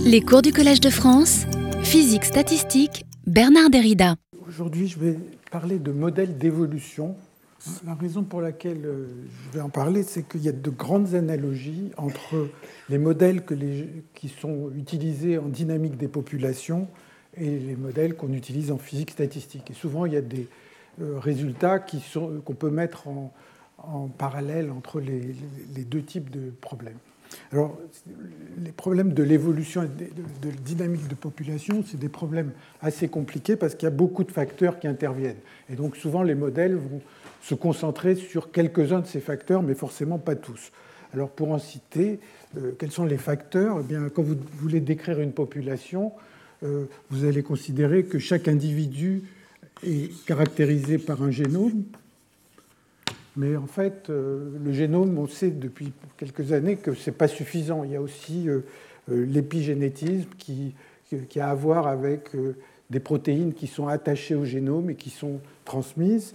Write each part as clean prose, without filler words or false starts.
Les cours du Collège de France, physique statistique, Bernard Derrida. Aujourd'hui, je vais parler de modèles d'évolution. La raison pour laquelle je vais en parler, c'est qu'il y a de grandes analogies entre les modèles qui sont utilisés en dynamique des populations et les modèles qu'on utilise en physique statistique. Et souvent, il y a des résultats qu'on peut mettre en parallèle entre les deux types de problèmes. Alors, les problèmes de l'évolution et de dynamique de population, c'est des problèmes assez compliqués parce qu'il y a beaucoup de facteurs qui interviennent. Et donc, souvent, les modèles vont se concentrer sur quelques-uns de ces facteurs, mais forcément pas tous. Alors, pour en citer, quels sont les facteurs ? Eh bien, quand vous voulez décrire une population, vous allez considérer que chaque individu est caractérisé par un génome. Mais en fait, le génome, on sait depuis quelques années que ce n'est pas suffisant. Il y a aussi l'épigénétisme qui a à voir avec des protéines qui sont attachées au génome et qui sont transmises.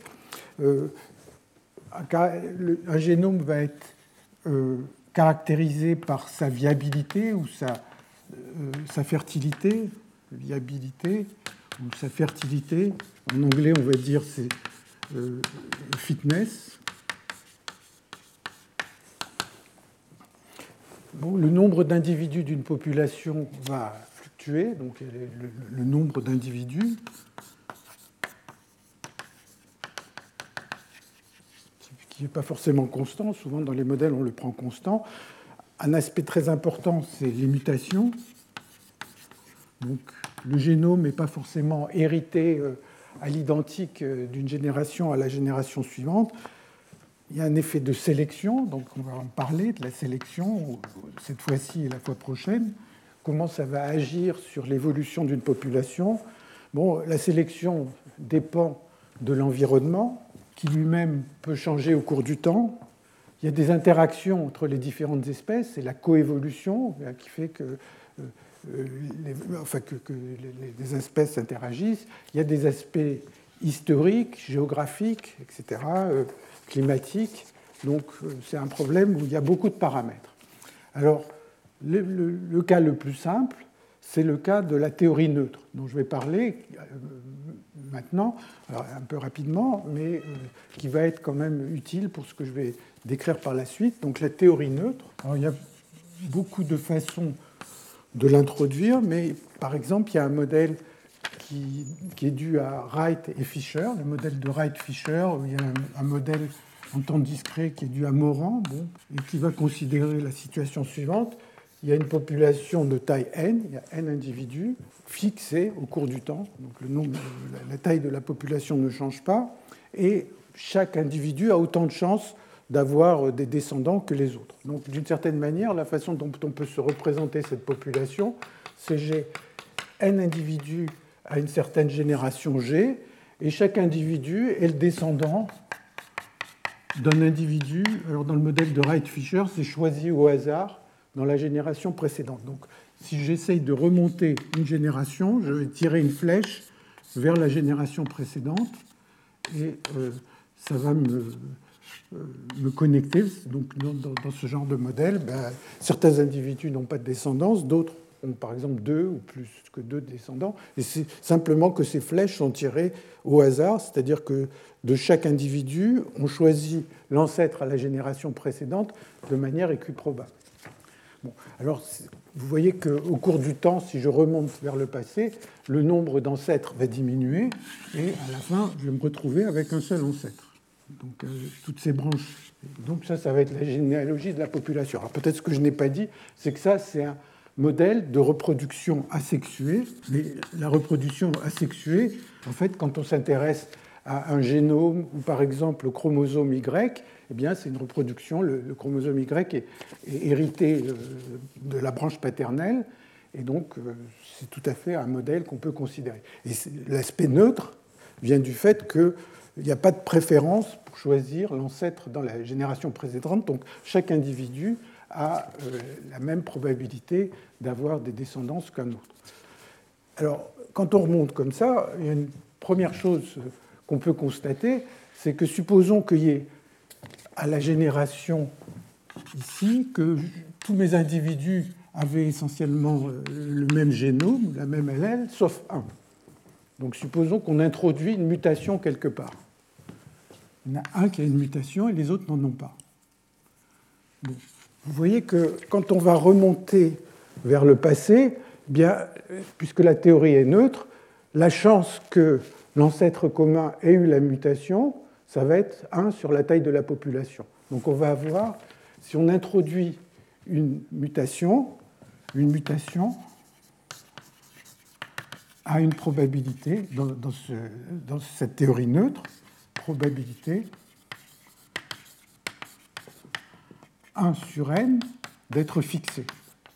Un génome va être caractérisé par sa viabilité ou sa fertilité, viabilité ou sa fertilité. En anglais, on va dire c'est fitness. Bon, le nombre d'individus d'une population va fluctuer, donc le nombre d'individus, qui n'est pas forcément constant. Souvent, dans les modèles, on le prend constant. Un aspect très important, c'est les mutations. Donc, le génome n'est pas forcément hérité à l'identique d'une génération à la génération suivante. Il y a un effet de sélection, donc on va en parler de la sélection, cette fois-ci et la fois prochaine. Comment ça va agir sur l'évolution d'une population ? Bon, la sélection dépend de l'environnement, qui lui-même peut changer au cours du temps. Il y a des interactions entre les différentes espèces, c'est la coévolution qui fait que les espèces interagissent. Il y a des aspects historiques, géographiques, etc., climatiques. Donc, c'est un problème où il y a beaucoup de paramètres. Alors, le cas le plus simple, c'est le cas de la théorie neutre, dont je vais parler maintenant, alors un peu rapidement, mais qui va être quand même utile pour ce que je vais décrire par la suite. Donc, la théorie neutre, alors, il y a beaucoup de façons de l'introduire, mais par exemple, il y a un modèle qui est dû à Wright et Fisher, le modèle de Wright-Fisher, où il y a un modèle en temps discret qui est dû à Morand, et qui va considérer la situation suivante. Il y a une population de taille n, il y a n individus, fixés au cours du temps, donc la taille de la population ne change pas, et chaque individu a autant de chances d'avoir des descendants que les autres. Donc, d'une certaine manière, la façon dont on peut se représenter cette population, c'est j'ai n individus à une certaine génération G, et chaque individu est le descendant d'un individu. Alors, dans le modèle de Wright-Fisher, c'est choisi au hasard dans la génération précédente. Donc, si j'essaye de remonter une génération, je vais tirer une flèche vers la génération précédente, et ça va me connecter. Donc, dans ce genre de modèle, certains individus n'ont pas de descendance, d'autres ont par exemple 2 ou plus que 2 descendants. Et c'est simplement que ces flèches sont tirées au hasard, c'est-à-dire que de chaque individu, on choisit l'ancêtre à la génération précédente de manière équiprobable. Bon, alors, vous voyez qu'au cours du temps, si je remonte vers le passé, le nombre d'ancêtres va diminuer, et à la fin, je vais me retrouver avec un seul ancêtre. Donc, toutes ces branches. Donc, ça va être la généalogie de la population. Alors, peut-être ce que je n'ai pas dit, c'est que ça, c'est un modèle de reproduction asexuée. Mais la reproduction asexuée, en fait, quand on s'intéresse à un génome ou, par exemple, au chromosome Y, eh bien, c'est une reproduction. Le chromosome Y est hérité de la branche paternelle, et donc, c'est tout à fait un modèle qu'on peut considérer. Et l'aspect neutre vient du fait que il n'y a pas de préférence pour choisir l'ancêtre dans la génération précédente, donc chaque individu a la même probabilité d'avoir des descendances qu'un autre. Alors, quand on remonte comme ça, il y a une première chose qu'on peut constater, c'est que supposons qu'il y ait à la génération ici que tous mes individus avaient essentiellement le même génome, la même allèle, sauf un. Donc supposons qu'on introduit une mutation quelque part. Il y en a un qui a une mutation et les autres n'en ont pas. Bon. Vous voyez que quand on va remonter vers le passé, bien, puisque la théorie est neutre, la chance que l'ancêtre commun ait eu la mutation, ça va être 1 sur la taille de la population. Donc on va avoir, si on introduit une mutation a une probabilité, dans cette théorie neutre, probabilité 1 sur n d'être fixée.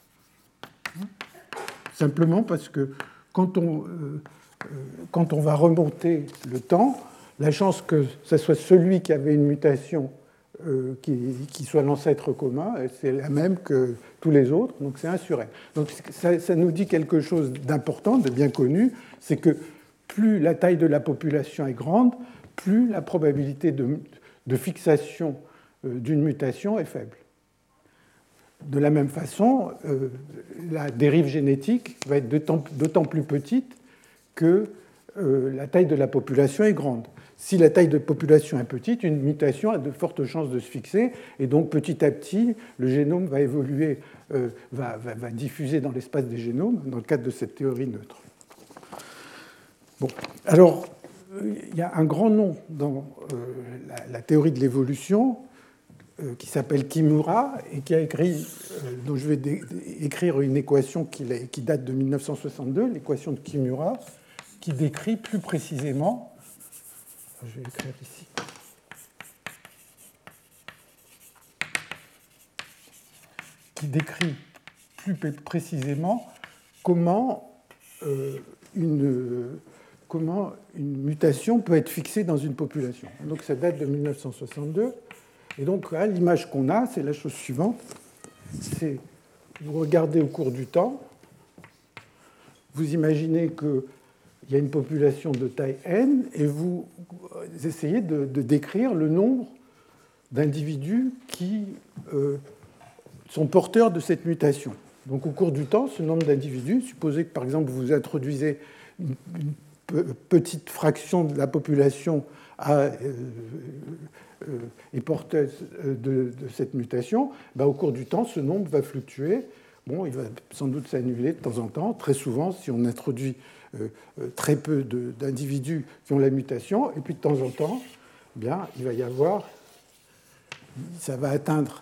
Simplement parce que quand on va remonter le temps, la chance que ce soit celui qui avait une mutation qui soit l'ancêtre commun, c'est la même que tous les autres, donc c'est 1 sur n. Donc ça nous dit quelque chose d'important, de bien connu, c'est que plus la taille de la population est grande, plus la probabilité de fixation d'une mutation est faible. De la même façon, la dérive génétique va être d'autant plus petite que la taille de la population est grande. Si la taille de population est petite, une mutation a de fortes chances de se fixer, et donc petit à petit, le génome va évoluer, va diffuser dans l'espace des génomes, dans le cadre de cette théorie neutre. Bon, alors, il y a un grand nom dans la théorie de l'évolution qui s'appelle Kimura, et qui a écrit, dont je vais écrire une équation qui date de 1962, l'équation de Kimura, qui décrit plus précisément. Je vais l'écrire ici. Qui décrit plus précisément comment une mutation peut être fixée dans une population. Donc ça date de 1962. Et donc là, l'image qu'on a, c'est la chose suivante. C'est, vous regardez au cours du temps, vous imaginez que il y a une population de taille n, et vous essayez de décrire le nombre d'individus qui sont porteurs de cette mutation. Donc au cours du temps, ce nombre d'individus, supposez que par exemple vous introduisez une petite fraction de la population est porteuse de cette mutation, ben, au cours du temps, ce nombre va fluctuer. Bon, il va sans doute s'annuler de temps en temps. Très souvent, si on introduit très peu d'individus qui ont la mutation, et puis de temps en temps, bien, il va y avoir, ça va atteindre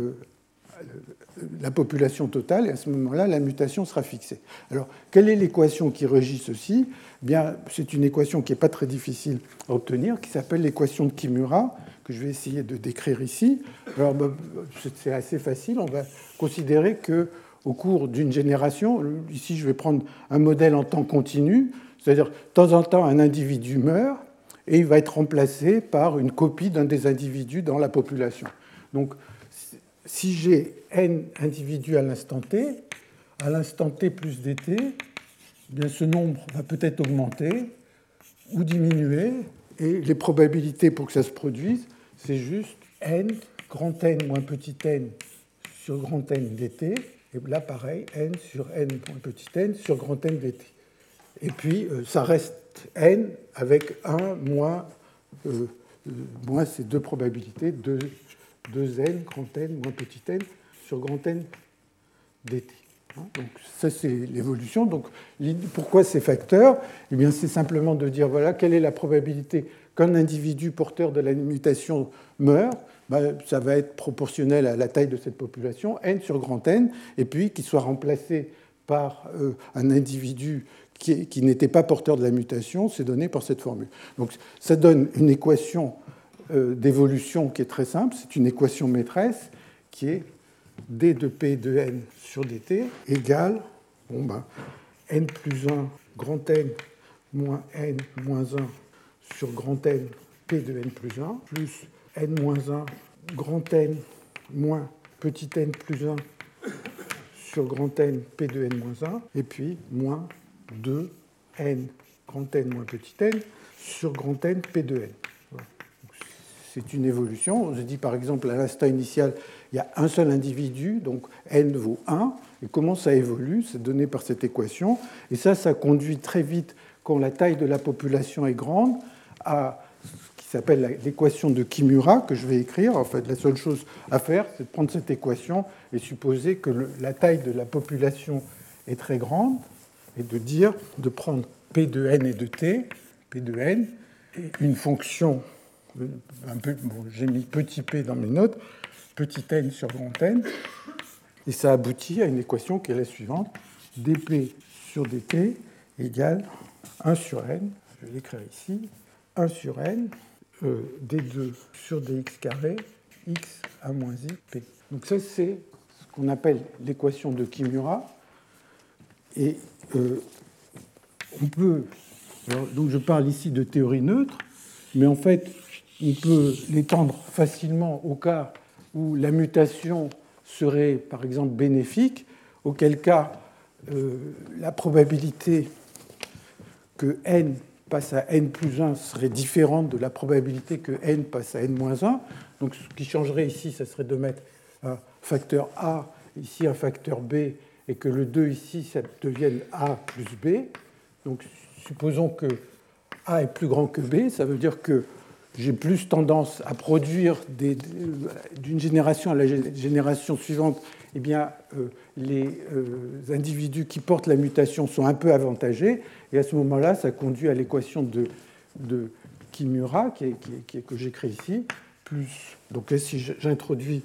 la population totale, et à ce moment-là, la mutation sera fixée. Alors, quelle est l'équation qui régit ceci? Bien, c'est une équation qui n'est pas très difficile à obtenir, qui s'appelle l'équation de Kimura, que je vais essayer de décrire ici. Alors, c'est assez facile. On va considérer qu'au cours d'une génération, ici, je vais prendre un modèle en temps continu, c'est-à-dire, de temps en temps, un individu meurt, et il va être remplacé par une copie d'un des individus dans la population. Donc, si j'ai n individus à l'instant t plus dt, bien ce nombre va peut-être augmenter ou diminuer, et les probabilités pour que ça se produise, c'est juste n, grand N moins petit n sur grand N dt, et là pareil, n sur n moins petit n sur grand N dt. Et puis ça reste n avec 1 moins ces deux probabilités, 2n, grand N moins petit n sur grand N dt. Donc ça, c'est l'évolution. Donc pourquoi ces facteurs? Eh bien, c'est simplement de dire, voilà, quelle est la probabilité qu'un individu porteur de la mutation meure? Ben, ça va être proportionnel à la taille de cette population, n sur grand N, et puis qu'il soit remplacé par un individu qui n'était pas porteur de la mutation, c'est donné par cette formule. Donc ça donne une équation d'évolution qui est très simple, c'est une équation maîtresse qui est d de p de n sur dt égale n plus 1 grand N moins n moins 1 sur grand N p de n plus 1 plus n moins 1 grand N moins petit n plus 1 sur grand N p de n moins 1 et puis moins 2 n grand N moins petit n sur grand N p de n. c'est une évolution. On se dit par exemple à l'instant initial, il y a un seul individu, donc n vaut 1. Et comment ça évolue, c'est donné par cette équation. Et ça conduit très vite, quand la taille de la population est grande, à ce qui s'appelle l'équation de Kimura, que je vais écrire. En fait, la seule chose à faire, c'est de prendre cette équation et supposer que la taille de la population est très grande, et de prendre P de n et de t, P de n, et une fonction, j'ai mis petit p dans mes notes, petit n sur grand N, et ça aboutit à une équation qui est la suivante, dp sur dt égale 1 sur n, je vais l'écrire ici, 1 sur n, d2 sur dx carré, x à moins i, p. Donc ça, c'est ce qu'on appelle l'équation de Kimura. Et on peut... Alors, donc je parle ici de théorie neutre, mais en fait, on peut l'étendre facilement au cas où la mutation serait, par exemple, bénéfique, auquel cas la probabilité que n passe à n plus 1 serait différente de la probabilité que n passe à n moins 1. Donc ce qui changerait ici, ça serait de mettre un facteur a, ici un facteur b, et que le 2 ici, ça devienne a plus b. Donc supposons que a est plus grand que b, ça veut dire que j'ai plus tendance à produire d'une génération à la génération suivante, eh bien, les individus qui portent la mutation sont un peu avantagés, et à ce moment-là, ça conduit à l'équation de Kimura, que j'écris ici, plus. Donc là, si j'introduis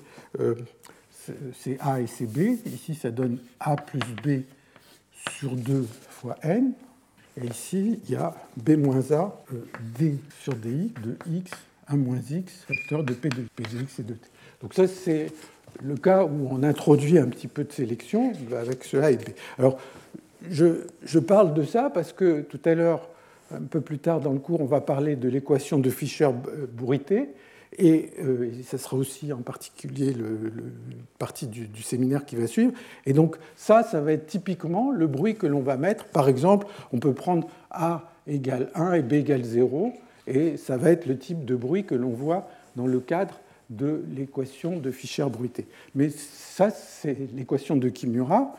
c'est A et c'est B, ici ça donne A plus B sur 2 fois N, et ici il y a B moins A, D sur DI de X, 1 moins X, facteur de P de X et de T. Donc ça c'est le cas où on introduit un petit peu de sélection avec ce A et B. Alors je parle de ça parce que tout à l'heure, un peu plus tard dans le cours, on va parler de l'équation de Fischer-Bourité. Et ça sera aussi en particulier le partie du séminaire qui va suivre. Et donc ça va être typiquement le bruit que l'on va mettre. Par exemple, on peut prendre A égale 1 et B égale 0, et ça va être le type de bruit que l'on voit dans le cadre de l'équation de Fischer-Bourité. Mais ça, c'est l'équation de Kimura.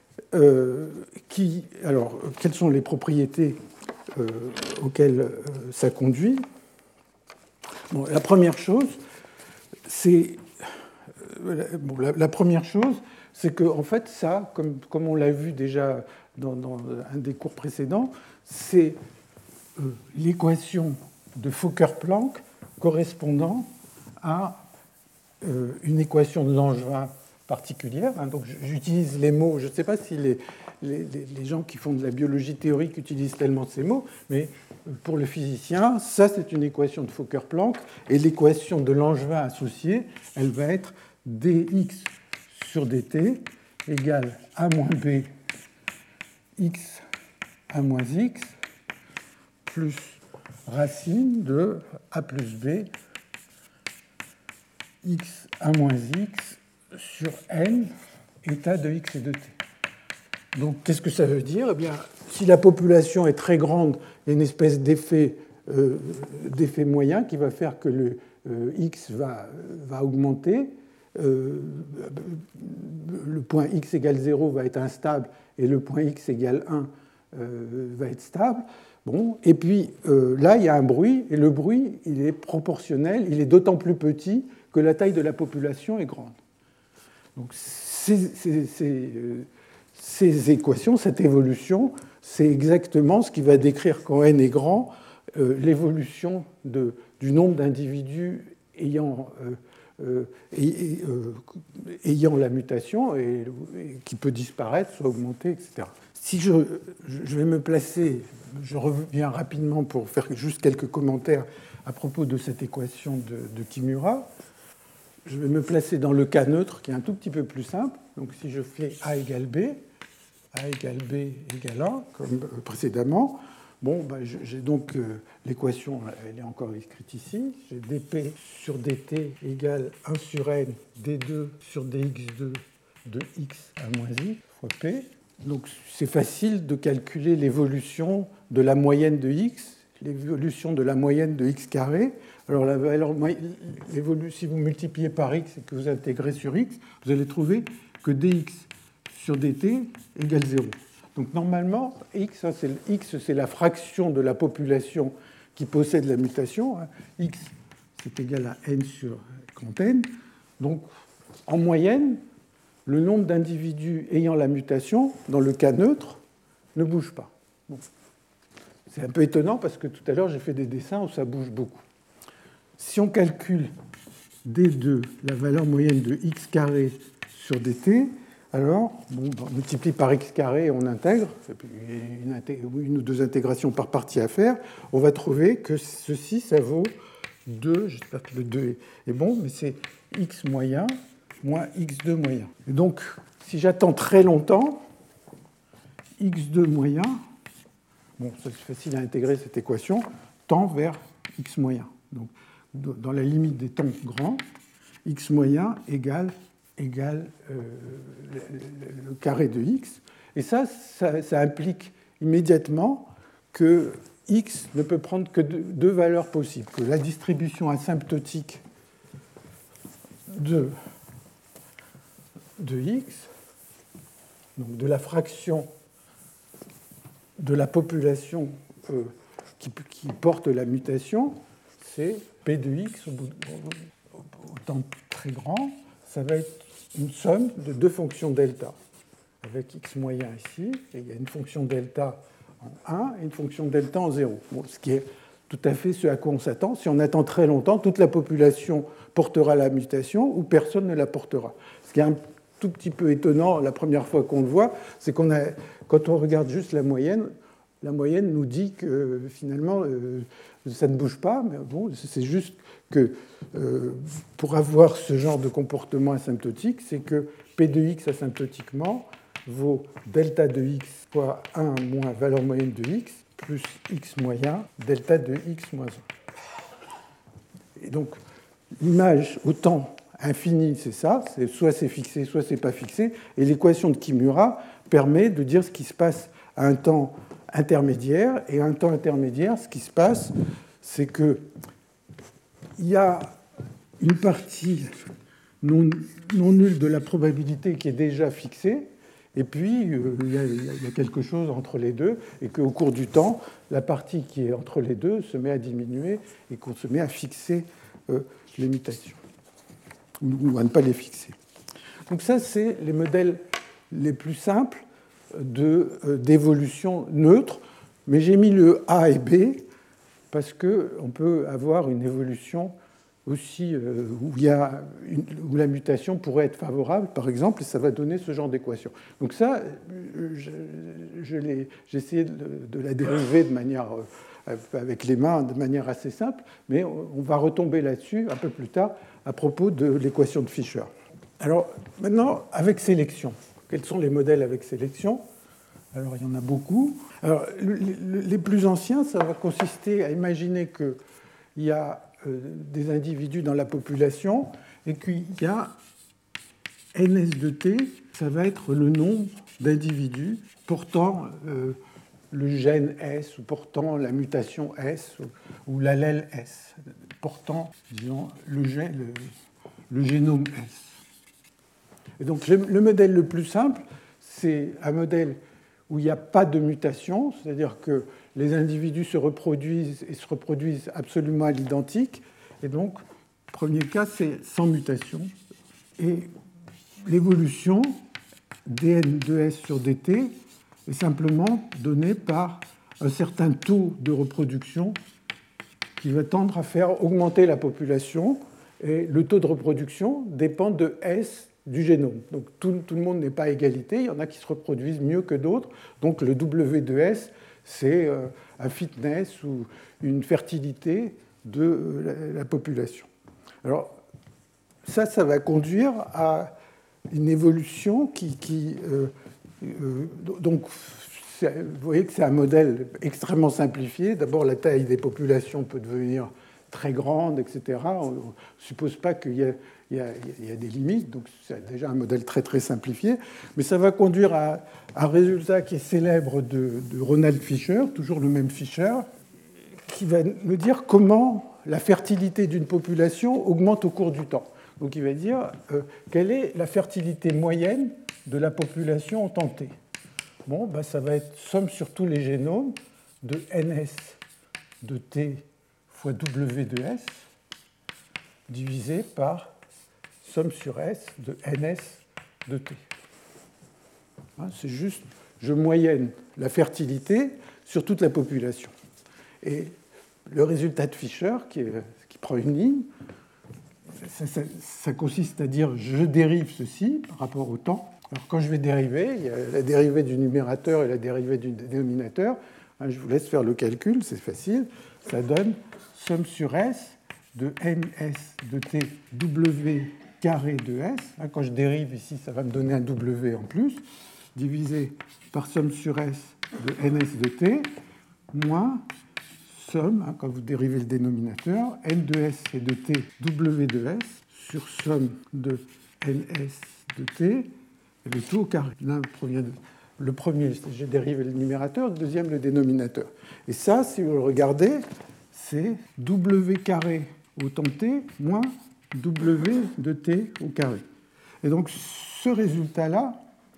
Alors, quelles sont les propriétés auxquelles ça conduit ? Bon, la première chose, c'est que en fait, ça, comme on l'a vu déjà dans un des cours précédents, c'est l'équation de Fokker-Planck correspondant à une équation de Langevin particulière. Donc j'utilise les mots, je ne sais pas si les gens qui font de la biologie théorique utilisent tellement ces mots, mais pour le physicien, ça c'est une équation de Fokker-Planck, et l'équation de Langevin associée, elle va être dx sur dt égale a moins b x a moins x plus racine de a plus b x a moins x sur n état de x et de t. Donc, qu'est-ce que ça veut dire ? Eh bien, si la population est très grande, il y a une espèce d'effet moyen qui va faire que le x va augmenter. Le point x égale 0 va être instable et le point x égale 1 va être stable. Bon, et puis là, il y a un bruit, et le bruit, il est proportionnel, il est d'autant plus petit que la taille de la population est grande. Donc, ces équations, cette évolution, c'est exactement ce qui va décrire, quand n est grand, l'évolution du nombre d'individus ayant la mutation et qui peut disparaître, soit augmenter, etc. Si je vais me placer, je reviens rapidement pour faire juste quelques commentaires à propos de cette équation de Kimura. Je vais me placer dans le cas neutre, qui est un tout petit peu plus simple. Donc si je fais A égale B égale 1, comme précédemment, bon, ben, j'ai donc l'équation, elle est encore écrite ici. J'ai dp sur dt égale 1 sur n d2 sur dx2 de x à moins i fois p. Donc c'est facile de calculer l'évolution de la moyenne de x. l'évolution de la moyenne de x carré. Alors, si vous multipliez par x et que vous intégrez sur x, vous allez trouver que dx sur dt égale 0. Donc, normalement, x, c'est la fraction de la population qui possède la mutation. X, c'est égal à n sur grand N. Donc, en moyenne, le nombre d'individus ayant la mutation, dans le cas neutre, ne bouge pas. Bon. C'est un peu étonnant parce que tout à l'heure, j'ai fait des dessins où ça bouge beaucoup. Si on calcule d2, la valeur moyenne de x carré sur dt, alors, on multiplie par x carré et on intègre, une ou deux intégrations par partie à faire, on va trouver que ceci, ça vaut 2, j'espère que le 2 est bon, mais c'est x moyen moins x2 moyen. Et donc, si j'attends très longtemps, x2 moyen, bon, c'est facile à intégrer cette équation, tend vers x moyen. Donc, dans la limite des temps grands, x moyen égale le carré de x. Et ça implique immédiatement que x ne peut prendre que deux valeurs possibles, que la distribution asymptotique de x, donc de la fraction de la population qui porte la mutation, c'est p de x au temps très grand, ça va être une somme de deux fonctions delta, avec x moyen ici, et il y a une fonction delta en 1 et une fonction delta en 0. Bon, ce qui est tout à fait ce à quoi on s'attend. Si on attend très longtemps, toute la population portera la mutation ou personne ne la portera. Ce qui est un tout petit peu étonnant la première fois qu'on le voit, c'est quand on regarde juste la moyenne nous dit que finalement ça ne bouge pas, mais bon, c'est juste que pour avoir ce genre de comportement asymptotique, c'est que P de x asymptotiquement vaut delta de x fois 1 moins valeur moyenne de x plus x moyen delta de x moins 1. Et donc l'image au temps infini, c'est ça, c'est soit c'est fixé, soit c'est pas fixé, et l'équation de Kimura permet de dire ce qui se passe à un temps intermédiaire, et à un temps intermédiaire, ce qui se passe, c'est qu'il y a une partie non nulle de la probabilité qui est déjà fixée, et puis il y a quelque chose entre les deux, et qu'au cours du temps, la partie qui est entre les deux se met à diminuer, et qu'on se met à fixer les mutations, ou à ne pas les fixer. Donc ça, c'est les modèles les plus simples d'évolution neutre, mais j'ai mis le A et B parce qu'on peut avoir une évolution aussi où la mutation pourrait être favorable, par exemple, et ça va donner ce genre d'équation. Donc ça, j'ai essayé de la dériver de manière, avec les mains de manière assez simple, mais on va retomber là-dessus un peu plus tard à propos de l'équation de Fischer. Alors maintenant, avec sélection. Quels sont les modèles avec sélection? Alors, il y en a beaucoup. Alors, les plus anciens, ça va consister à imaginer qu'il y a des individus dans la population et qu'il y a ns de t, ça va être le nombre d'individus portant le gène S ou portant la mutation S ou l'allèle S, portant, disons, le génome S. Et donc, le modèle le plus simple, c'est un modèle où il n'y a pas de mutation, c'est-à-dire que les individus se reproduisent et se reproduisent absolument à l'identique. Et donc, le premier cas, c'est sans mutation. Et l'évolution dn de S sur dt est simplement donnée par un certain taux de reproduction qui va tendre à faire augmenter la population. Et le taux de reproduction dépend de S du génome. Donc tout le monde n'est pas à égalité, il y en a qui se reproduisent mieux que d'autres. Donc le W de S, c'est un fitness ou une fertilité de la population. Alors ça va conduire à une évolution donc vous voyez que c'est un modèle extrêmement simplifié. D'abord, la taille des populations peut devenir très grande, etc. On ne suppose pas qu'il y a des limites, donc c'est déjà un modèle très très simplifié, mais ça va conduire à un résultat qui est célèbre de Ronald Fisher, toujours le même Fisher, qui va nous dire comment la fertilité d'une population augmente au cours du temps. Donc il va dire quelle est la fertilité moyenne de la population en temps t. Bon, ben, ça va être somme sur tous les génomes de ns de t fois w de s divisé par somme sur s de ns de t. Hein, c'est juste, je moyenne la fertilité sur toute la population. Et le résultat de Fisher, qui prend une ligne, ça consiste à dire je dérive ceci par rapport au temps. Alors quand je vais dériver, il y a la dérivée du numérateur et la dérivée du dénominateur. Hein, je vous laisse faire le calcul, c'est facile. Ça donne somme sur s de ns de t w carré de s. Hein, quand je dérive ici, ça va me donner un w en plus, divisé par somme sur s de ns de t, moins somme, hein, quand vous dérivez le dénominateur, n de s et de t w de s sur somme de ns de t, et le tout au carré. Le premier, j'ai dérivé le numérateur, le deuxième, le dénominateur. Et ça, si vous le regardez, c'est w carré au temps t moins w de t au carré. Et donc, ce résultat-là,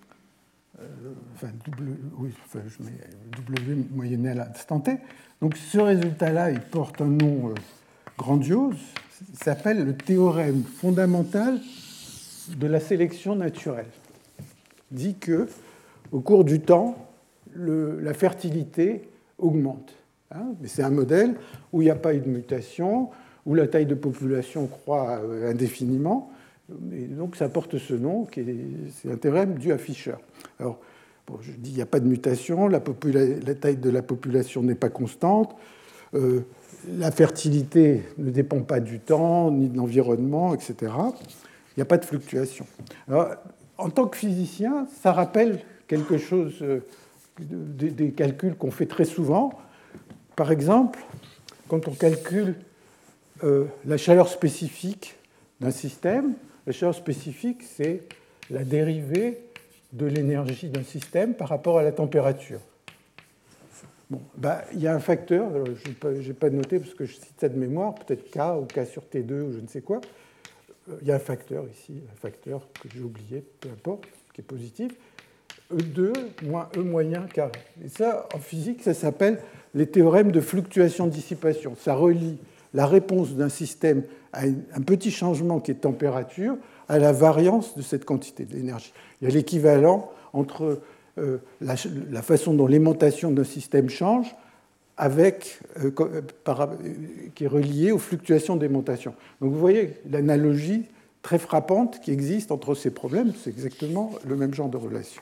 je mets w moyenné à l'instant t, donc ce résultat-là, il porte un nom grandiose, il s'appelle le théorème fondamental de la sélection naturelle. Il dit que au cours du temps, la fertilité augmente. Hein, mais c'est un modèle où il n'y a pas eu de mutation, où la taille de population croît indéfiniment. Et donc ça porte ce nom, c'est un théorème dû à Fisher. Alors, bon, je dis qu'il n'y a pas de mutation, la taille de la population n'est pas constante, la fertilité ne dépend pas du temps, ni de l'environnement, etc. Il n'y a pas de fluctuation. Alors, en tant que physicien, ça rappelle quelque chose des calculs qu'on fait très souvent. Par exemple, quand on calcule la chaleur spécifique d'un système, la chaleur spécifique, c'est la dérivée de l'énergie d'un système par rapport à la température. Bon, il y a un facteur, je n'ai pas noté parce que je cite ça de mémoire, peut-être K ou K sur T2 ou je ne sais quoi. Il y a un facteur ici, un facteur que j'ai oublié, peu importe, qui est positif. E2 moins E moyen carré. Et ça, en physique, ça s'appelle les théorèmes de fluctuation-dissipation. Ça relie la réponse d'un système à un petit changement qui est température à la variance de cette quantité d'énergie. Il y a l'équivalent entre la façon dont l'aimantation d'un système change qui est reliée aux fluctuations d'aimantation. Donc vous voyez l'analogie très frappante qui existe entre ces problèmes. C'est exactement le même genre de relation.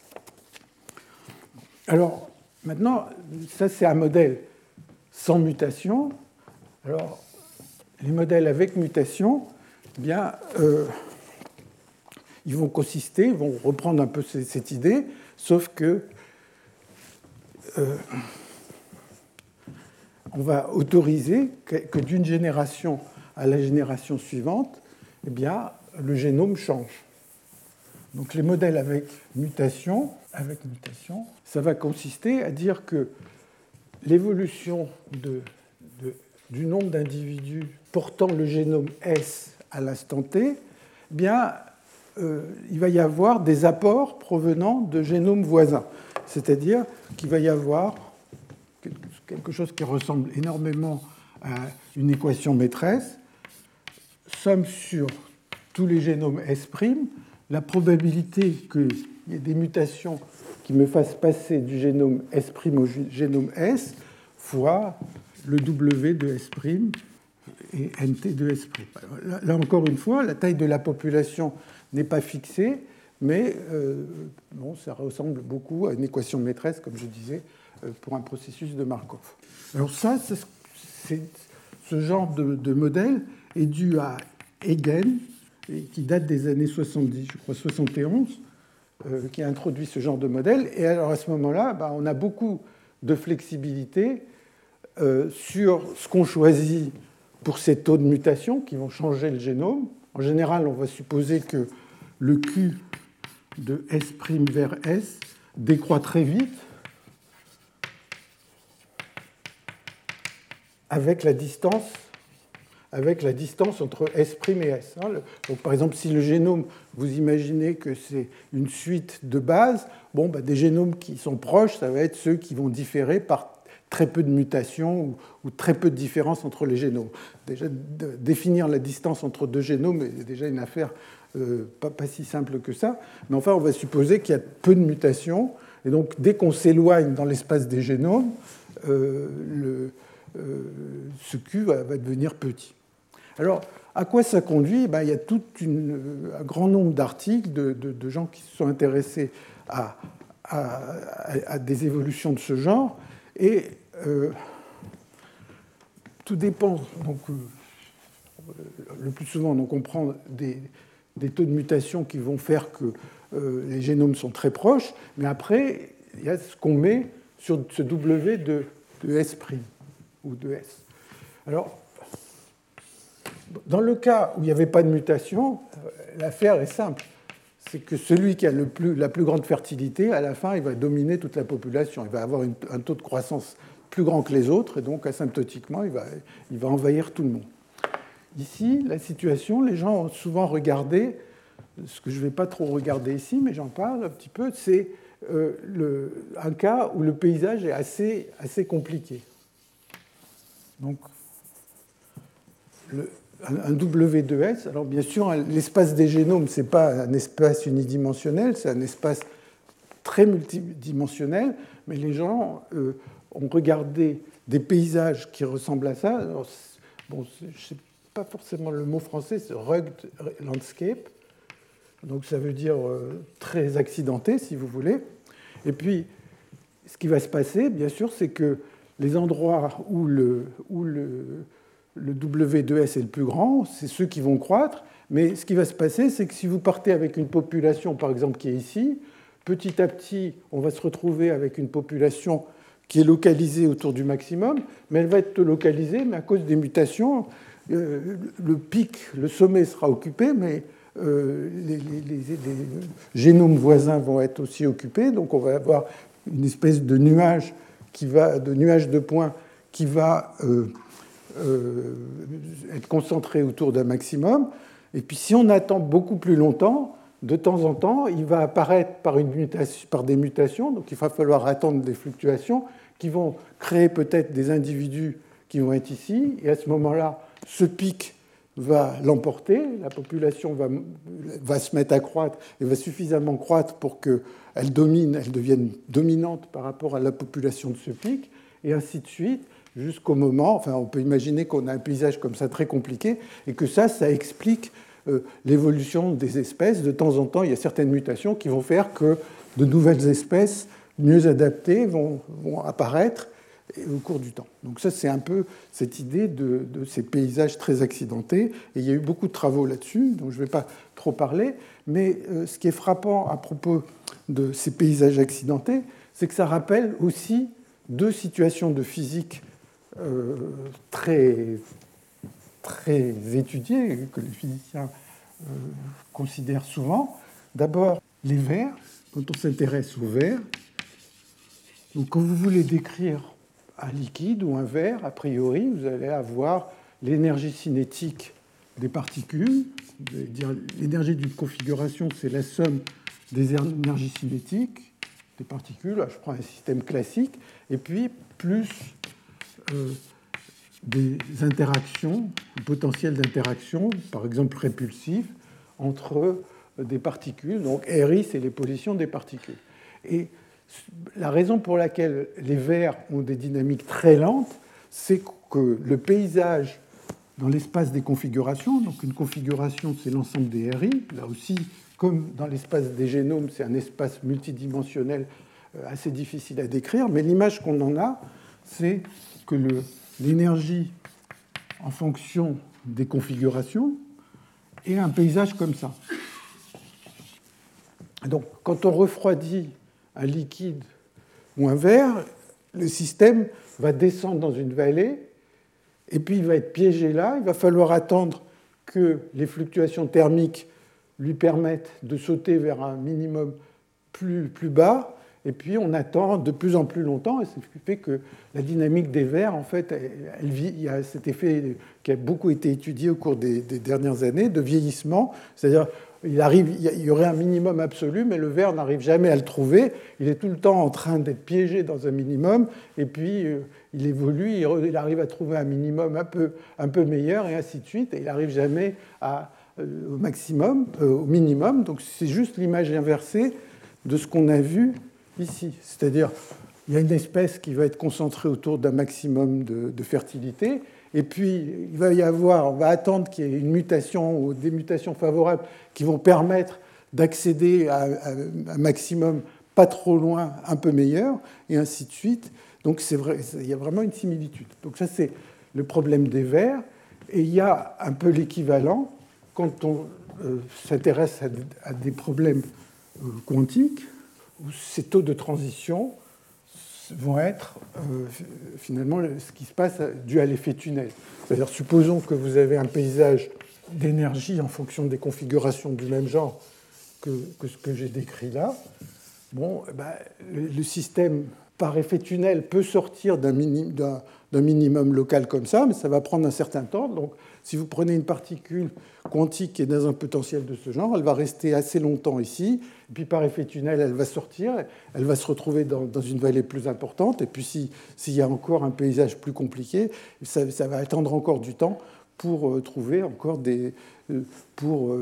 Alors, maintenant, ça c'est un modèle sans mutation. Alors, les modèles avec mutation, eh bien, ils vont reprendre un peu cette idée, sauf que on va autoriser que d'une génération à la génération suivante, eh bien, le génome change. Donc les modèles avec mutation, ça va consister à dire que l'évolution du nombre d'individus portant le génome S à l'instant T, eh bien, il va y avoir des apports provenant de génomes voisins. C'est-à-dire qu'il va y avoir quelque chose qui ressemble énormément à une équation maîtresse, somme sur tous les génomes S', la probabilité qu'il y ait des mutations qui me fassent passer du génome S' au génome S fois le W de S' et NT de S'. Là encore une fois, la taille de la population n'est pas fixée, mais ça ressemble beaucoup à une équation maîtresse, comme je disais, pour un processus de Markov. Alors ça, ce genre de modèle est dû à Hagen, qui date des années 70, je crois 71, qui a introduit ce genre de modèle. Et alors à ce moment-là, on a beaucoup de flexibilité sur ce qu'on choisit pour ces taux de mutation qui vont changer le génome. En général, on va supposer que le Q de S' vers S décroît très vite. avec la distance entre S' et S. Donc, par exemple, si le génome, vous imaginez que c'est une suite de bases, des génomes qui sont proches, ça va être ceux qui vont différer par très peu de mutations ou très peu de différences entre les génomes. Déjà, définir la distance entre deux génomes est déjà une affaire pas si simple que ça. Mais enfin, on va supposer qu'il y a peu de mutations. Et donc, dès qu'on s'éloigne dans l'espace des génomes, ce Q va devenir petit. Alors, à quoi ça conduit? Il y a tout un grand nombre d'articles de gens qui se sont intéressés à des évolutions de ce genre. Et tout dépend. Donc, le plus souvent, on prend des taux de mutation qui vont faire que les génomes sont très proches. Mais après, il y a ce qu'on met sur ce W de S' ou de S. Alors, dans le cas où il n'y avait pas de mutation, l'affaire est simple. C'est que celui qui a la plus grande fertilité, à la fin, il va dominer toute la population. Il va avoir un taux de croissance plus grand que les autres, et donc asymptotiquement, il va envahir tout le monde. Ici, la situation, les gens ont souvent regardé, ce que je ne vais pas trop regarder ici, mais j'en parle un petit peu, c'est un cas où le paysage est assez compliqué. Donc, un W de S. Alors bien sûr, l'espace des génomes, ce n'est pas un espace unidimensionnel, c'est un espace très multidimensionnel, mais les gens ont regardé des paysages qui ressemblent à ça. Alors, je ne sais pas forcément le mot français, c'est rugged landscape, donc ça veut dire très accidenté, si vous voulez. Et puis, ce qui va se passer, bien sûr, c'est que les endroits où le W de S est le plus grand, c'est ceux qui vont croître. Mais ce qui va se passer, c'est que si vous partez avec une population, par exemple, qui est ici, petit à petit, on va se retrouver avec une population qui est localisée autour du maximum, mais elle va être localisée, mais à cause des mutations, le pic, le sommet sera occupé, mais les génomes voisins vont être aussi occupés. Donc on va avoir une espèce de nuage de points qui va être concentré autour d'un maximum. Et puis si on attend beaucoup plus longtemps, de temps en temps, il va apparaître par des mutations, donc il va falloir attendre des fluctuations qui vont créer peut-être des individus qui vont être ici, et à ce moment-là, ce pic va l'emporter, la population va se mettre à croître et va suffisamment croître pour qu'elle devienne dominante par rapport à la population de ce pic, et ainsi de suite, jusqu'au moment, enfin on peut imaginer qu'on a un paysage comme ça très compliqué, et que ça explique l'évolution des espèces. De temps en temps, il y a certaines mutations qui vont faire que de nouvelles espèces mieux adaptées vont apparaître au cours du temps. Donc ça, c'est un peu cette idée de ces paysages très accidentés. Et il y a eu beaucoup de travaux là-dessus, donc je ne vais pas trop parler. Mais ce qui est frappant à propos de ces paysages accidentés, c'est que ça rappelle aussi deux situations de physique très étudiées, que les physiciens considèrent souvent. D'abord, les vers, quand on s'intéresse aux vers. Donc, quand vous voulez décrire un liquide ou un verre, a priori, vous allez avoir l'énergie cinétique des particules. Vous allez dire l'énergie d'une configuration, c'est la somme des énergies cinétiques des particules. Là, je prends un système classique. Et puis, plus des interactions, un potentiel d'interaction, par exemple répulsif, entre des particules. Donc, RI, c'est les positions des particules. Et la raison pour laquelle les vers ont des dynamiques très lentes, c'est que le paysage dans l'espace des configurations, donc une configuration, c'est l'ensemble des RI, là aussi, comme dans l'espace des génomes, c'est un espace multidimensionnel assez difficile à décrire, mais l'image qu'on en a, c'est que l'énergie en fonction des configurations est un paysage comme ça. Donc, quand on refroidit un liquide ou un verre, le système va descendre dans une vallée et puis il va être piégé là. Il va falloir attendre que les fluctuations thermiques lui permettent de sauter vers un minimum plus bas. et puis on attend de plus en plus longtemps, et ce qui fait que la dynamique des vers, en fait, il y a cet effet qui a beaucoup été étudié au cours des dernières années, de vieillissement, c'est-à-dire il y aurait un minimum absolu, mais le ver n'arrive jamais à le trouver, il est tout le temps en train d'être piégé dans un minimum, et puis il évolue, il arrive à trouver un minimum un peu meilleur, et ainsi de suite, et il n'arrive jamais au maximum, au minimum, donc c'est juste l'image inversée de ce qu'on a vu ici. C'est-à-dire, il y a une espèce qui va être concentrée autour d'un maximum de fertilité, et puis on va attendre qu'il y ait une mutation ou des mutations favorables qui vont permettre d'accéder à un maximum pas trop loin, un peu meilleur, et ainsi de suite. Donc c'est vrai, il y a vraiment une similitude. Donc ça, c'est le problème des vers, et il y a un peu l'équivalent quand on s'intéresse à des problèmes quantiques, où ces taux de transition vont être finalement ce qui se passe dû à l'effet tunnel. C'est-à-dire, supposons que vous avez un paysage d'énergie en fonction des configurations du même genre que ce que j'ai décrit là. Bon, le système, par effet tunnel, peut sortir d'un minimum local comme ça, mais ça va prendre un certain temps. Donc, si vous prenez une particule quantique qui est dans un potentiel de ce genre, elle va rester assez longtemps ici, et puis par effet tunnel, elle va sortir, elle va se retrouver dans une vallée plus importante, et puis s'il y a encore un paysage plus compliqué, ça va attendre encore du temps pour trouver encore pour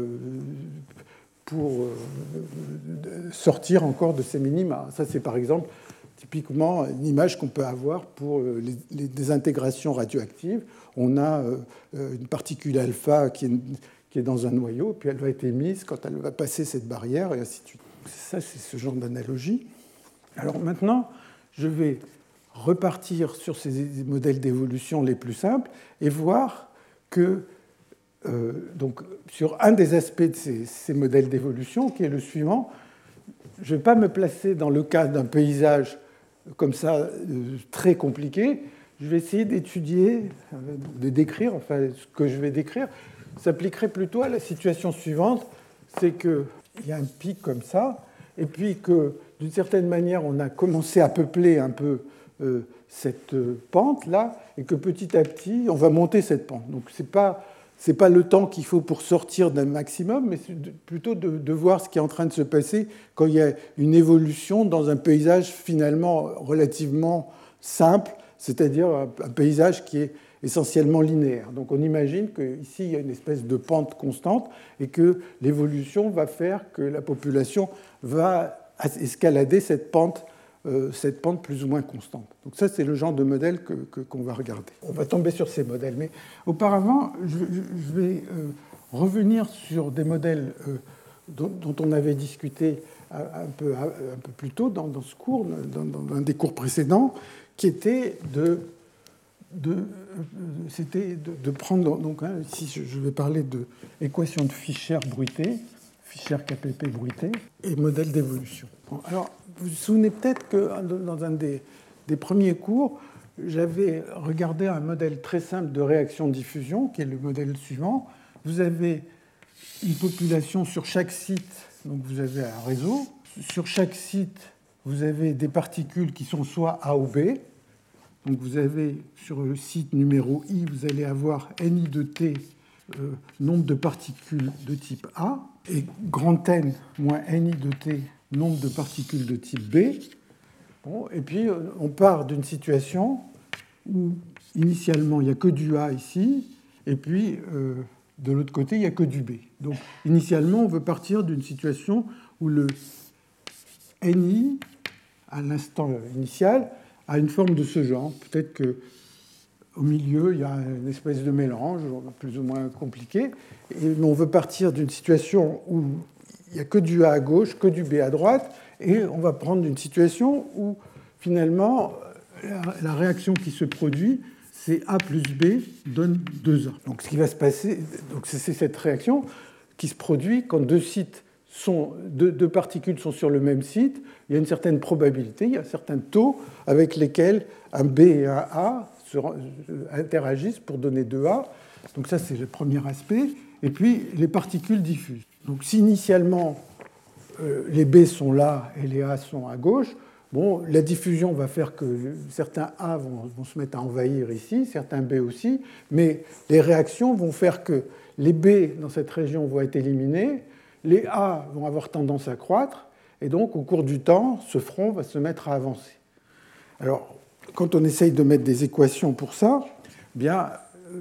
sortir encore de ces minima. Ça, c'est par exemple typiquement une image qu'on peut avoir pour les désintégrations radioactives. On a une particule alpha qui est dans un noyau, puis elle va être émise quand elle va passer cette barrière, et ainsi de suite. Ça, c'est ce genre d'analogie. Alors maintenant, je vais repartir sur ces modèles d'évolution les plus simples et voir que, donc, sur un des aspects de ces modèles d'évolution, qui est le suivant, je ne vais pas me placer dans le cas d'un paysage comme ça, très compliqué. Je vais essayer d'étudier, de décrire, enfin, ce que je vais décrire s'appliquerait plutôt à la situation suivante, c'est qu'il y a un pic comme ça, et puis que, d'une certaine manière, on a commencé à peupler un peu cette pente-là, et que petit à petit, on va monter cette pente. Donc, ce n'est pas le temps qu'il faut pour sortir d'un maximum, mais c'est plutôt de voir ce qui est en train de se passer quand il y a une évolution dans un paysage finalement relativement simple, c'est-à-dire un paysage qui est essentiellement linéaire. Donc on imagine qu'ici, il y a une espèce de pente constante et que l'évolution va faire que la population va escalader cette pente plus ou moins constante. Donc ça, c'est le genre de modèle qu'on va regarder. On va tomber sur ces modèles. Mais auparavant, je vais revenir sur des modèles dont on avait discuté un peu plus tôt dans ce cours, dans un des cours précédents, qui était de prendre, donc ici je vais parler de équation de Fischer bruitée, Fischer KPP bruitée, et modèle d'évolution. Bon, alors, vous vous souvenez peut-être que dans un des premiers cours, j'avais regardé un modèle très simple de réaction-diffusion, qui est le modèle suivant. Vous avez une population sur chaque site, donc vous avez un réseau. Sur chaque site, vous avez des particules qui sont soit A ou B. Donc vous avez sur le site numéro I, vous allez avoir NI de T, nombre de particules de type A, et grand N moins NI de T, nombre de particules de type B. Bon, et puis on part d'une situation où initialement il n'y a que du A ici, et puis de l'autre côté il n'y a que du B. Donc initialement on veut partir d'une situation où le NI, à l'instant initial, a une forme de ce genre. Peut-être qu'au milieu, il y a une espèce de mélange, plus ou moins compliqué. Mais on veut partir d'une situation où il n'y a que du A à gauche, que du B à droite, et on va prendre une situation où, finalement, la réaction qui se produit, c'est A plus B donne 2A. Donc ce qui va se passer, c'est cette réaction qui se produit quand deux particules sont sur le même site. Il y a une certaine probabilité, il y a un certain taux avec lesquels un B et un A interagissent pour donner 2A. Donc ça, c'est le premier aspect. Et puis, les particules diffusent. Donc si initialement, les B sont là et les A sont à gauche, Bon, la diffusion va faire que certains A vont se mettre à envahir ici, certains B aussi, mais les réactions vont faire que les B dans cette région vont être éliminés, les A vont avoir tendance à croître, et donc au cours du temps, ce front va se mettre à avancer. Alors, quand on essaye de mettre des équations pour ça, eh bien,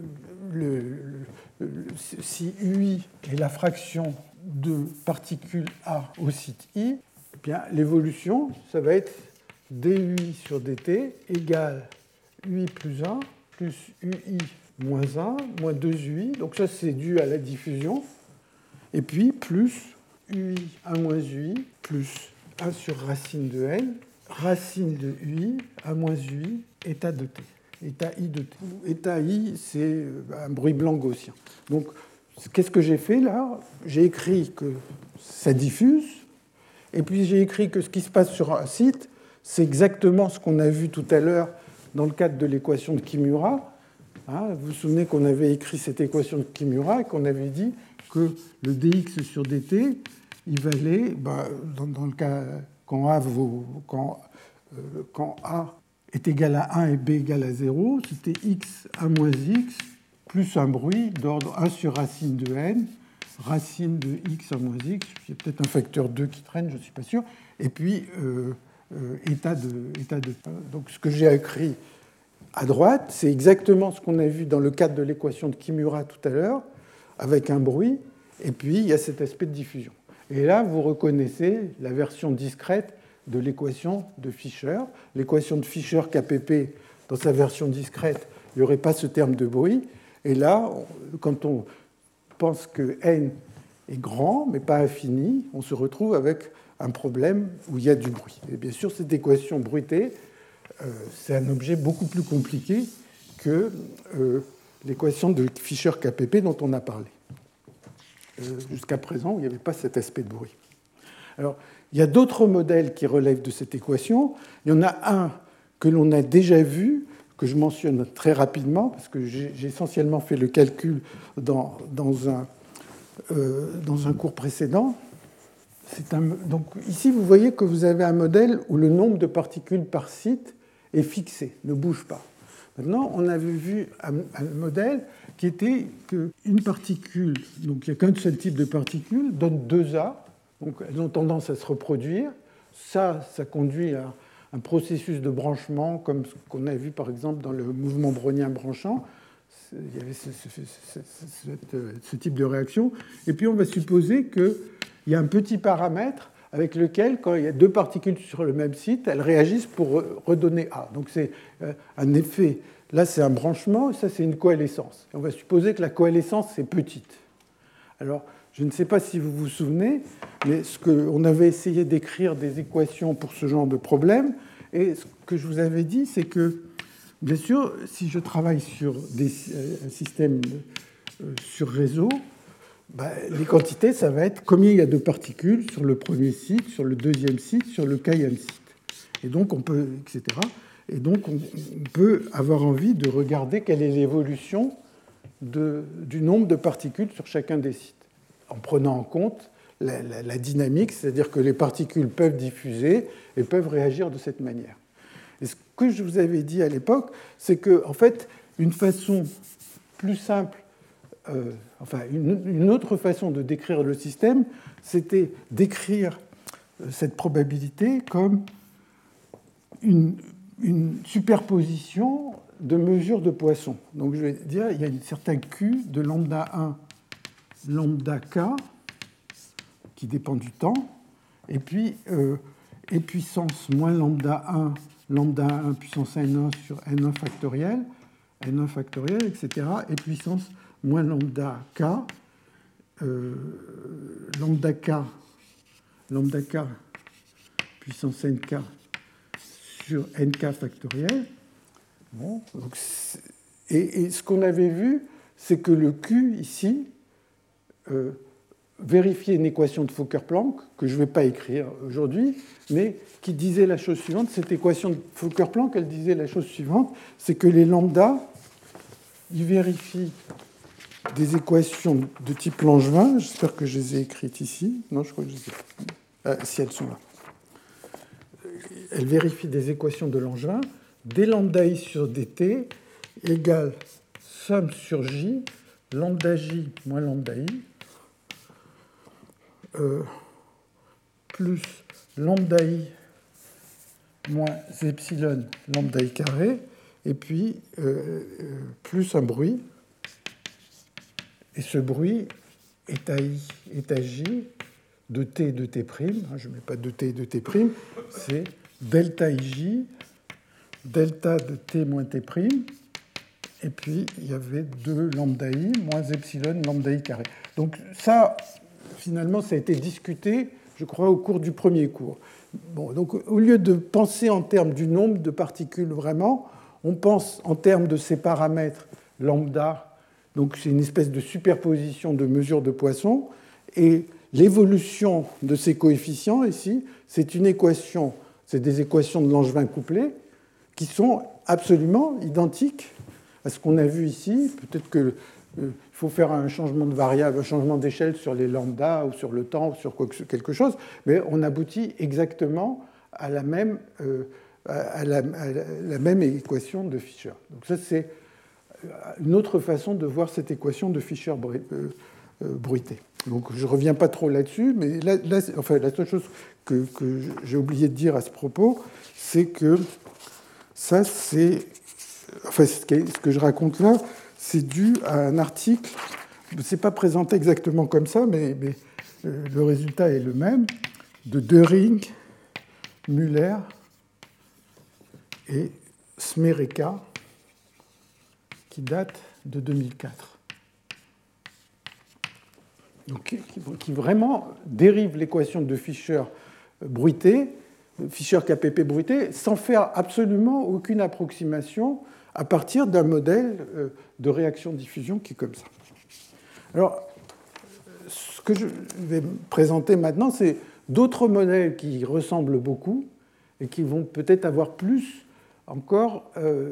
si UI est la fraction de particules A au site I, eh bien, l'évolution, ça va être dUI sur dt égale UI plus 1 plus UI moins 1 moins 2UI. Donc ça, c'est dû à la diffusion. Et puis plus UI1 moins UI plus 1 sur racine de N, racine de UI, A moins UI, état de T. État I de T. État I, c'est un bruit blanc gaussien. Donc, qu'est-ce que j'ai fait là? J'ai écrit que ça diffuse, et puis j'ai écrit que ce qui se passe sur un site, c'est exactement ce qu'on a vu tout à l'heure dans le cadre de l'équation de Kimura. Vous vous souvenez qu'on avait écrit cette équation de Kimura et qu'on avait dit que le dx sur dt, il valait, dans le cas quand A est égal à 1 et B égal à 0, c'était x a moins x plus un bruit d'ordre 1 sur racine de n, racine de x a moins x, il y a peut-être un facteur 2 qui traîne, je ne suis pas sûr, et puis état de. Donc ce que j'ai écrit à droite, c'est exactement ce qu'on a vu dans le cadre de l'équation de Kimura tout à l'heure, avec un bruit, et puis il y a cet aspect de diffusion. Et là, vous reconnaissez la version discrète de l'équation de Fischer. L'équation de Fischer KPP, dans sa version discrète, il n'y aurait pas ce terme de bruit. Et là, quand on pense que n est grand, mais pas infini, on se retrouve avec un problème où il y a du bruit. Et bien sûr, cette équation bruitée, c'est un objet beaucoup plus compliqué que l'équation de Fischer-KPP dont on a parlé. Jusqu'à présent, il n'y avait pas cet aspect de bruit. Alors, il y a d'autres modèles qui relèvent de cette équation. Il y en a un que l'on a déjà vu, que je mentionne très rapidement, parce que j'ai essentiellement fait le calcul dans un cours précédent. Donc ici, vous voyez que vous avez un modèle où le nombre de particules par site est fixé, ne bouge pas. Maintenant, on avait vu un modèle qui était qu'une particule, donc il n'y a qu'un seul type de particule, donne 2A, donc elles ont tendance à se reproduire. Ça conduit à un processus de branchement, comme ce qu'on a vu par exemple dans le mouvement brownien branchant. Il y avait ce type de réaction. Et puis on va supposer qu'il y a un petit paramètre avec lequel, quand il y a deux particules sur le même site, elles réagissent pour redonner A. Donc c'est un effet. Là, c'est un branchement, et ça, c'est une coalescence. Et on va supposer que la coalescence est petite. Alors, je ne sais pas si vous vous souvenez, mais on avait essayé d'écrire des équations pour ce genre de problème, et ce que je vous avais dit, c'est que, bien sûr, si je travaille sur un système sur réseau, les quantités, ça va être combien il y a de particules sur le premier site, sur le deuxième site, sur le kème site. Et donc, on peut, etc. Et donc, on peut avoir envie de regarder quelle est l'évolution du nombre de particules sur chacun des sites, en prenant en compte la dynamique, c'est-à-dire que les particules peuvent diffuser et peuvent réagir de cette manière. Et ce que je vous avais dit à l'époque, c'est que, en fait, une façon plus simple, une autre façon de décrire le système, c'était d'écrire cette probabilité comme une superposition de mesures de Poisson. Donc je vais dire, il y a un certain Q de lambda 1, lambda K, qui dépend du temps, et puis et puissance moins lambda 1 puissance n1 sur n1 factoriel, etc., et puissance moins lambda K, lambda K puissance nk sur nk factoriel. Bon, donc et ce qu'on avait vu, c'est que le Q, ici, vérifiait une équation de Fokker-Planck, que je ne vais pas écrire aujourd'hui, mais qui disait la chose suivante. Cette équation de Fokker-Planck, elle disait la chose suivante, c'est que les lambda, ils vérifient des équations de type Langevin. J'espère que je les ai écrites ici. Non, je crois que je les ai... si elles sont là. elle vérifie des équations de Langevin, d lambda I sur dt égale somme sur J, lambda J moins lambda I, plus lambda I moins epsilon lambda I carré, et puis plus un bruit. Et ce bruit est à I, est à J de T et de T'. Je ne mets pas de T et de T', c'est delta IJ, delta de T moins T', et puis il y avait 2 lambda I moins epsilon lambda I carré. Donc ça, finalement, ça a été discuté, je crois, au cours du premier cours. Bon, donc au lieu de penser en termes du nombre de particules vraiment, on pense en termes de ces paramètres lambda. Donc c'est une espèce de superposition de mesures de Poisson. Et l'évolution de ces coefficients ici, c'est une équation, c'est des équations de Langevin couplées qui sont absolument identiques à ce qu'on a vu ici. Peut-être qu'il faut faire un changement de variable, un changement d'échelle sur les lambda ou sur le temps ou sur quelque chose, mais on aboutit exactement à la même, équation de Fischer. Donc ça, c'est une autre façon de voir cette équation de Fischer-Bruité. Donc je ne reviens pas trop là-dessus, mais là, enfin, la seule chose que j'ai oublié de dire à ce propos, c'est que ça, c'est... Enfin, ce que je raconte là, c'est dû à un article. Ce n'est pas présenté exactement comme ça, mais le résultat est le même, de Döring, Müller et Smrekar, qui date de 2004. Donc, qui vraiment dérive l'équation de Fischer-Bruité, Fischer-KPP-Bruité, sans faire absolument aucune approximation à partir d'un modèle de réaction-diffusion qui est comme ça. Alors, ce que je vais présenter maintenant, c'est d'autres modèles qui ressemblent beaucoup et qui vont peut-être avoir plus encore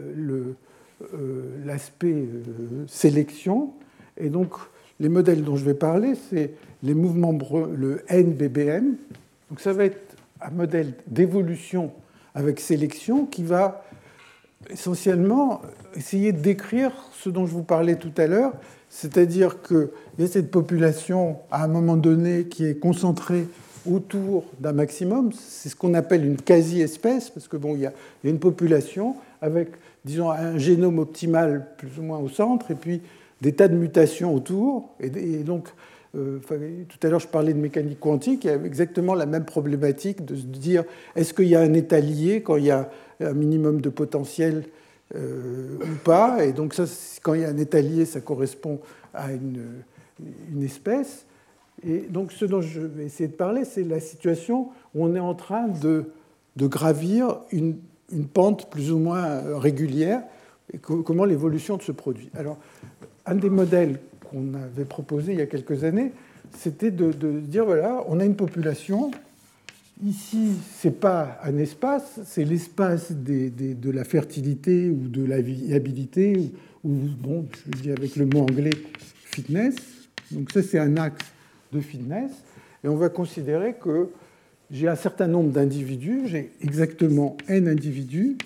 l'aspect sélection. Et donc, les modèles dont je vais parler, c'est les mouvements le NBBM. Donc, ça va être un modèle d'évolution avec sélection qui va essentiellement essayer de décrire ce dont je vous parlais tout à l'heure, c'est-à-dire qu'il y a cette population, à un moment donné, qui est concentrée autour d'un maximum. C'est ce qu'on appelle une quasi-espèce, parce que bon, il y a une population avec, disons, un génome optimal plus ou moins au centre, et puis des tas de mutations autour. Et donc, tout à l'heure, je parlais de mécanique quantique, il y a exactement la même problématique de se dire, est-ce qu'il y a un état lié quand il y a un minimum de potentiel ou pas? Et donc, ça, quand il y a un état lié, ça correspond à une espèce. Et donc, ce dont je vais essayer de parler, c'est la situation où on est en train de gravir une pente plus ou moins régulière, et comment l'évolution se produit. Alors, un des modèles qu'on avait proposé il y a quelques années, c'était de dire, voilà, on a une population. Ici, ce n'est pas un espace, c'est l'espace de la fertilité ou de la viabilité, ou bon, je dis avec le mot anglais fitness. Donc ça, c'est un axe de fitness. Et on va considérer que j'ai un certain nombre d'individus, j'ai exactement n individus,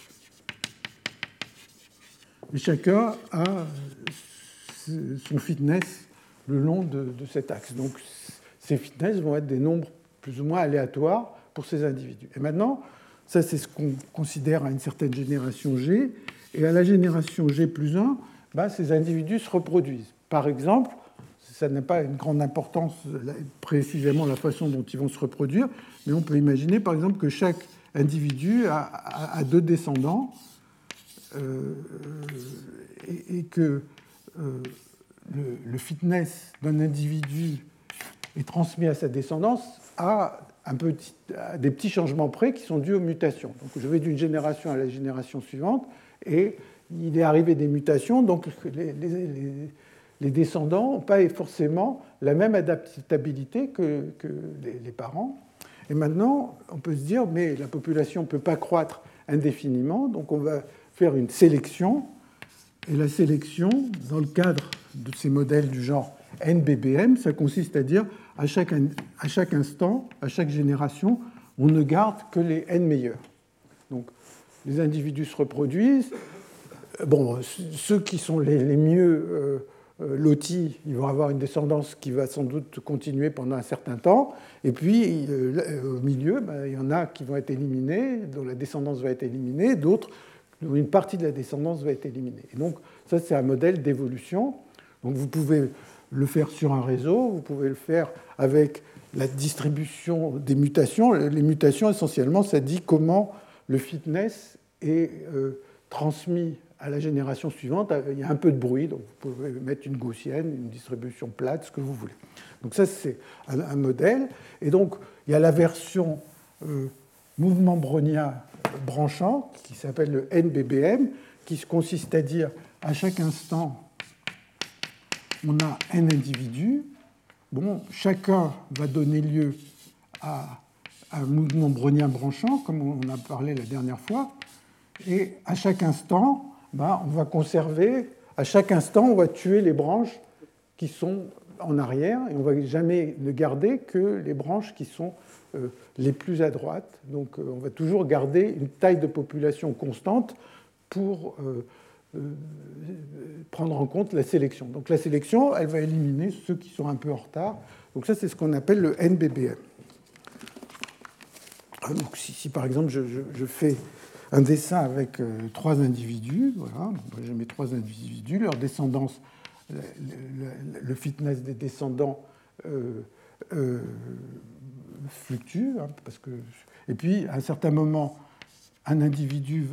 et chacun a son fitness le long de cet axe. Donc ces fitness vont être des nombres plus ou moins aléatoires pour ces individus. Et maintenant, ça c'est ce qu'on considère à une certaine génération G, et à la génération G plus 1, ces individus se reproduisent. Par exemple, ça n'a pas une grande importance précisément la façon dont ils vont se reproduire, mais on peut imaginer par exemple que chaque individu a 2 descendants, et que le fitness d'un individu est transmis à sa descendance à des petits changements près qui sont dus aux mutations. Donc je vais d'une génération à la génération suivante, et il est arrivé des mutations, donc les descendants n'ont pas forcément la même adaptabilité que les parents. Et maintenant, on peut se dire, mais la population ne peut pas croître indéfiniment, donc on va faire une sélection. Et la sélection, dans le cadre de ces modèles du genre NBBM, ça consiste à dire à chaque instant, à chaque génération, on ne garde que les n meilleurs. Donc, les individus se reproduisent. Bon, ceux qui sont les mieux lotis, ils vont avoir une descendance qui va sans doute continuer pendant un certain temps. Et puis, au milieu, il y en a qui vont être éliminés, dont la descendance va être éliminée, d'autres, dont une partie de la descendance va être éliminée. Et donc, ça, c'est un modèle d'évolution. Donc, vous pouvez le faire sur un réseau, vous pouvez le faire avec la distribution des mutations. Les mutations, essentiellement, ça dit comment le fitness est transmis à la génération suivante. Il y a un peu de bruit, donc vous pouvez mettre une gaussienne, une distribution plate, ce que vous voulez. Donc ça, c'est un modèle. Et donc, il y a la version mouvement brownien branchant, qui s'appelle le NBBM, qui consiste à dire à chaque instant, on a n individus. Bon, chacun va donner lieu à un mouvement brownien branchant, comme on a parlé la dernière fois. Et à chaque instant, on va conserver, à chaque instant, on va tuer les branches qui sont en arrière, et on ne va jamais ne garder que les branches qui sont les plus à droite. Donc on va toujours garder une taille de population constante pour prendre en compte la sélection. Donc la sélection, elle va éliminer ceux qui sont un peu en retard. Donc ça, c'est ce qu'on appelle le NBBM. Donc si par exemple, je fais un dessin avec 3 individus, voilà, je mets 3 individus, leur descendance, le fitness des descendants fluctue, parce que, et puis à un certain moment, un individu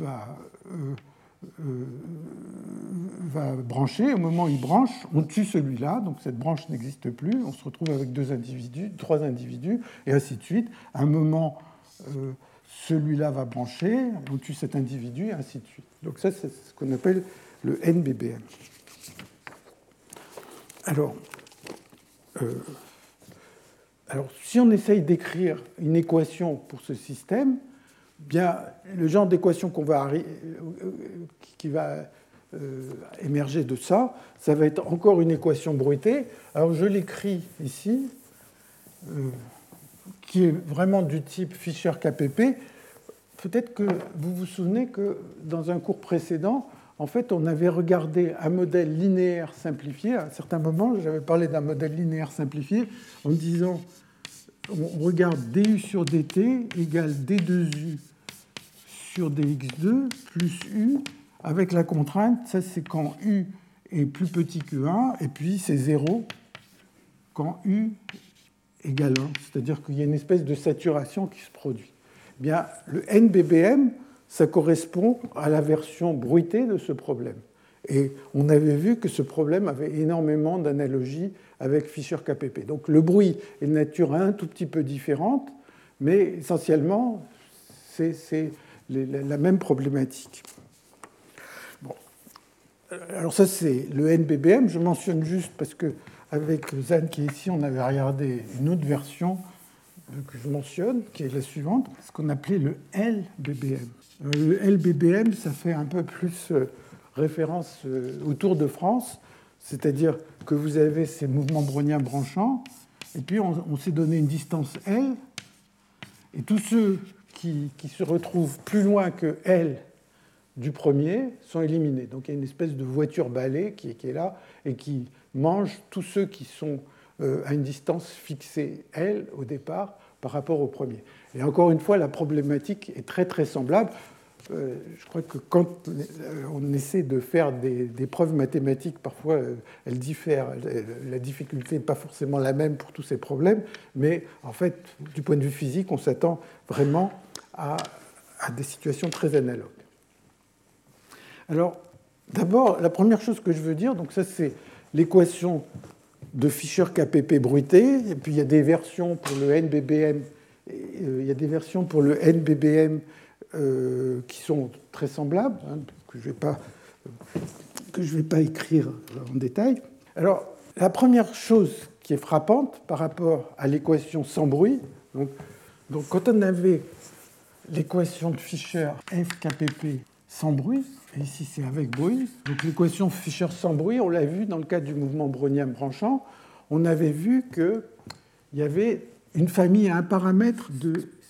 va brancher. Au moment où il branche, on tue celui-là, donc cette branche n'existe plus. On se retrouve avec 2 individus, 3 individus, et ainsi de suite. À un moment, celui-là va brancher, on tue cet individu, et ainsi de suite. Donc ça, c'est ce qu'on appelle le NBBM. Alors, si on essaye d'écrire une équation pour ce système, bien, le genre d'équation qui va émerger de ça, ça va être encore une équation bruitée. Alors, je l'écris ici, qui est vraiment du type Fischer-KPP. Peut-être que vous vous souvenez que dans un cours précédent, en fait, on avait regardé un modèle linéaire simplifié. À un certain moment, j'avais parlé d'un modèle linéaire simplifié en disant on regarde du sur dt égale d2u sur dx2 plus u avec la contrainte, ça c'est quand u est plus petit que 1, et puis c'est 0 quand u égale 1, c'est-à-dire qu'il y a une espèce de saturation qui se produit. Eh bien, le NBBM, ça correspond à la version bruitée de ce problème. Et on avait vu que ce problème avait énormément d'analogies avec Fischer-KPP. Donc le bruit est de nature un tout petit peu différente, mais essentiellement, c'est la même problématique. Bon. Alors ça, c'est le NBBM. Je mentionne juste parce qu'avec Zan qui est ici, on avait regardé une autre version que je mentionne, qui est la suivante, ce qu'on appelait le LBBM. Le LBBM, ça fait un peu plus référence au Tour de France, c'est-à-dire que vous avez ces mouvements browniens branchants, et puis on s'est donné une distance L, et tous ceux qui se retrouvent plus loin que L du premier sont éliminés. Donc il y a une espèce de voiture balai qui est là, et qui mange tous ceux qui sont à une distance fixée L au départ par rapport au premier. Et encore une fois, la problématique est très très semblable. Je crois que quand on essaie de faire des preuves mathématiques, parfois elles diffèrent. La difficulté n'est pas forcément la même pour tous ces problèmes, mais en fait, du point de vue physique, on s'attend vraiment à des situations très analogues. Alors, d'abord, la première chose que je veux dire, donc ça c'est l'équation de Fischer-KPP bruitée, et puis il y a des versions pour le NBBM, il y a des versions pour le NBBM qui sont très semblables, que je ne vais pas écrire en détail. Alors, la première chose qui est frappante par rapport à l'équation sans bruit, donc quand on avait l'équation de Fischer FKPP sans bruit, et ici c'est avec bruit, donc l'équation Fischer sans bruit, on l'a vu dans le cas du mouvement brownien branchant, on avait vu qu'il y avait une famille à un paramètre de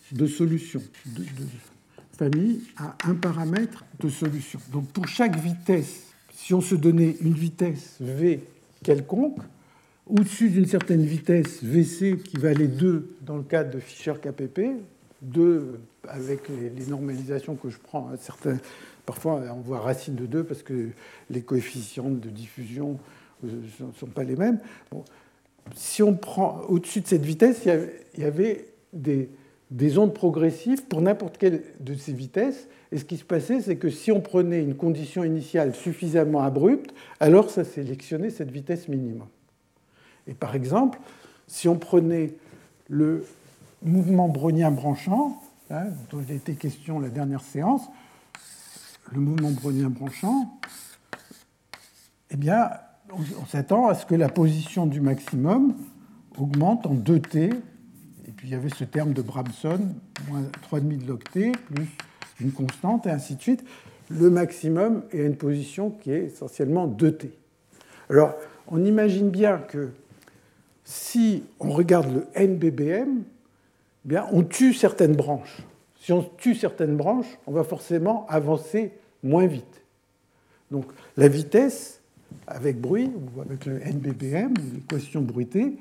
de solution, de famille à un paramètre de solution. Donc pour chaque vitesse, si on se donnait une vitesse v quelconque, au-dessus d'une certaine vitesse vc qui valait 2 dans le cadre de Fischer-KPP, 2 avec les normalisations que je prends, parfois on voit racine de 2 parce que les coefficients de diffusion ne sont pas les mêmes. Bon, si on prend au-dessus de cette vitesse, il y avait des ondes progressives pour n'importe quelle de ces vitesses. Et ce qui se passait, c'est que si on prenait une condition initiale suffisamment abrupte, alors ça sélectionnait cette vitesse minimum. Et par exemple, si on prenait le mouvement brownien branchant, hein, dont il était question la dernière séance, le mouvement brownien branchant, eh bien, on s'attend à ce que la position du maximum augmente en 2t. Et puis il y avait ce terme de Bramson, moins 3,5 de log t, plus une constante, et ainsi de suite. Le maximum est à une position qui est essentiellement 2t. Alors, on imagine bien que si on regarde le NBBM, eh bien, on tue certaines branches. Si on tue certaines branches, on va forcément avancer moins vite. Donc la vitesse, avec bruit, ou avec le NBBM, l'équation bruitée,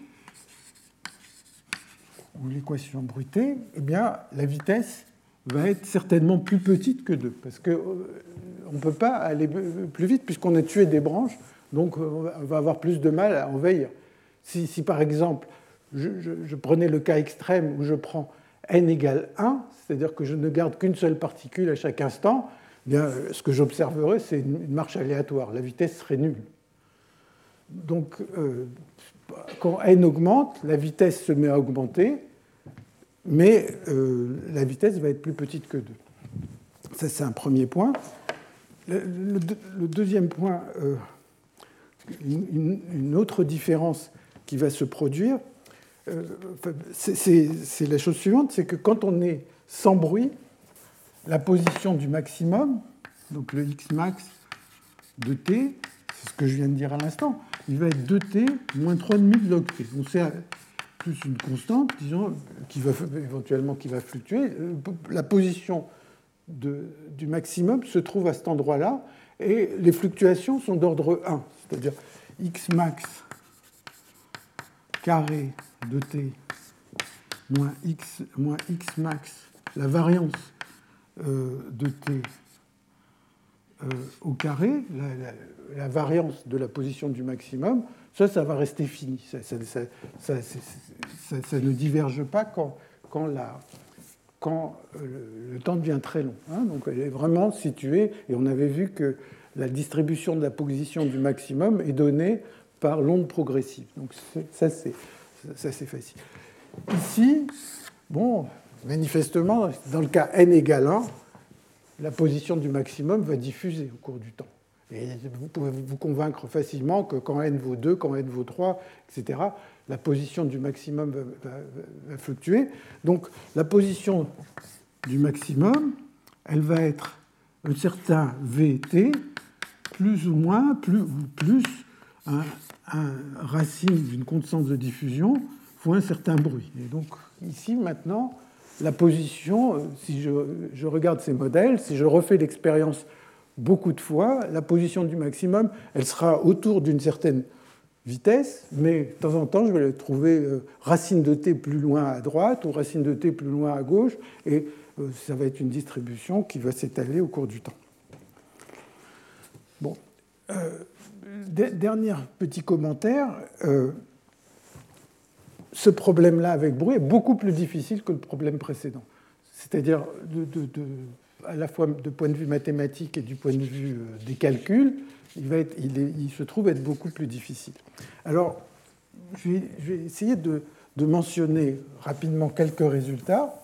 eh bien, la vitesse va être certainement plus petite que 2, parce qu'on ne peut pas aller plus vite puisqu'on a tué des branches, donc on va avoir plus de mal à envahir. Si par exemple, je prenais le cas extrême où je prends n égale 1, c'est-à-dire que je ne garde qu'une seule particule à chaque instant, eh bien, ce que j'observerais, c'est une marche aléatoire. La vitesse serait nulle. Donc, quand n augmente, la vitesse se met à augmenter, mais la vitesse va être plus petite que 2. Ça, c'est un premier point. Le deuxième point, une autre différence qui va se produire, c'est la chose suivante, c'est que quand on est sans bruit, la position du maximum, donc le Xmax de t, c'est ce que je viens de dire à l'instant, il va être 2t moins 3,5 de log t. Donc c'est plus une constante, disons, éventuellement qui va fluctuer. La position du maximum se trouve à cet endroit-là, et les fluctuations sont d'ordre 1, c'est-à-dire Xmax carré de t moins Xmax, la variance de t au carré, la variance de la position du maximum, ça va rester fini. Ça ne diverge pas quand le temps devient très long. Hein. Donc elle est vraiment située, et on avait vu que la distribution de la position du maximum est donnée par l'onde progressive. Donc ça, c'est facile. Ici, bon, manifestement, dans le cas n égale 1, la position du maximum va diffuser au cours du temps. Et vous pouvez vous convaincre facilement que quand n vaut 2, quand n vaut 3, etc., la position du maximum va fluctuer. Donc la position du maximum, elle va être un certain Vt, plus ou moins, plus un racine d'une constante de diffusion fois un certain bruit. Et donc ici, maintenant, la position, si je regarde ces modèles, si je refais l'expérience beaucoup de fois, la position du maximum, elle sera autour d'une certaine vitesse, mais de temps en temps, je vais trouver racine de t plus loin à droite ou racine de t plus loin à gauche, et ça va être une distribution qui va s'étaler au cours du temps. Bon. Dernier petit commentaire. Ce problème-là avec bruit est beaucoup plus difficile que le problème précédent. C'est-à-dire, à la fois de point de vue mathématique et du point de vue des calculs, il se trouve être beaucoup plus difficile. Alors, je vais essayer de mentionner rapidement quelques résultats.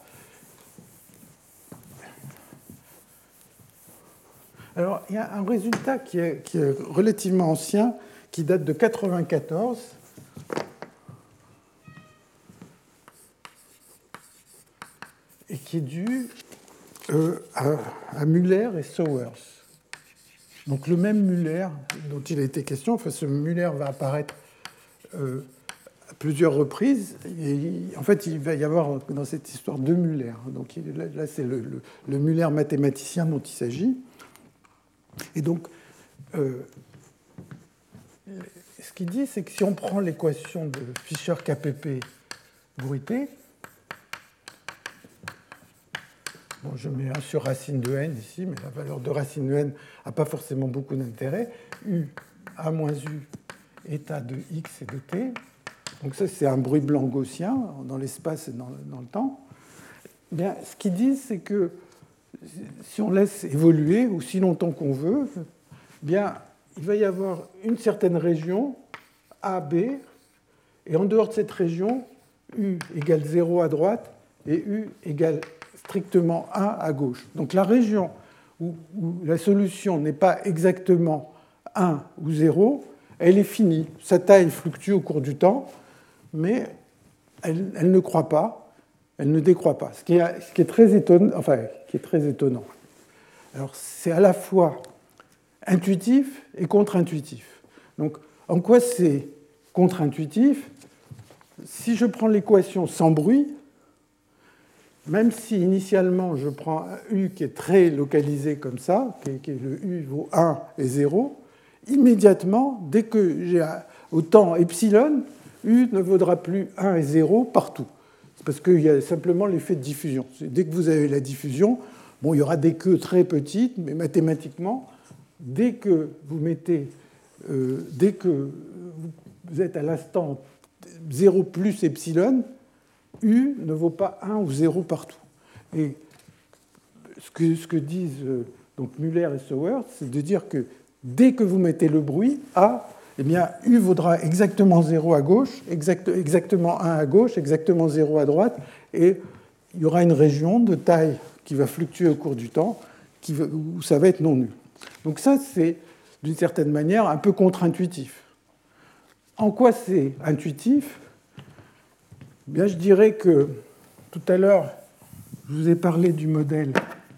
Alors, il y a un résultat qui est relativement ancien, qui date de 1994, et qui est dû à Müller et Sowers. Donc le même Müller dont il a été question, enfin ce Müller va apparaître plusieurs reprises. Et en fait, il va y avoir dans cette histoire deux Muller. Donc là, c'est le Muller mathématicien dont il s'agit. Et donc, ce qu'il dit, c'est que si on prend l'équation de Fischer-KPP bruitée, bon, je mets 1 sur racine de n ici, mais la valeur de racine de n n'a pas forcément beaucoup d'intérêt. U, A moins U, état de x et de t. Donc ça, c'est un bruit blanc gaussien dans l'espace et dans le temps. Bien, ce qu'ils disent, c'est que si on laisse évoluer aussi longtemps qu'on veut, bien, il va y avoir une certaine région, A, B, et en dehors de cette région, U égale 0 à droite et U égale strictement 1 à gauche. Donc la région où la solution n'est pas exactement 1 ou 0, elle est finie. Sa taille fluctue au cours du temps, mais elle ne croît pas, elle ne décroît pas, ce qui est très étonnant. Alors c'est à la fois intuitif et contre-intuitif. Donc en quoi c'est contre-intuitif? Si je prends l'équation sans bruit, même si initialement je prends un U qui est très localisé comme ça, qui est le U vaut 1 et 0, immédiatement, dès que j'ai au temps epsilon, U ne vaudra plus 1 et 0 partout. C'est parce qu'il y a simplement l'effet de diffusion. Dès que vous avez la diffusion, bon, il y aura des queues très petites, mais mathématiquement, dès que vous êtes à l'instant 0 plus epsilon, U ne vaut pas 1 ou 0 partout. Et ce que disent donc Muller et Sauer, c'est de dire que dès que vous mettez le bruit, A, eh bien, U vaudra exactement 0 à gauche, exactement 1 à gauche, exactement 0 à droite, et il y aura une région de taille qui va fluctuer au cours du temps, où ça va être non nul. Donc ça, c'est d'une certaine manière un peu contre-intuitif. En quoi c'est intuitif? Bien, je dirais que tout à l'heure, je vous ai parlé du modèle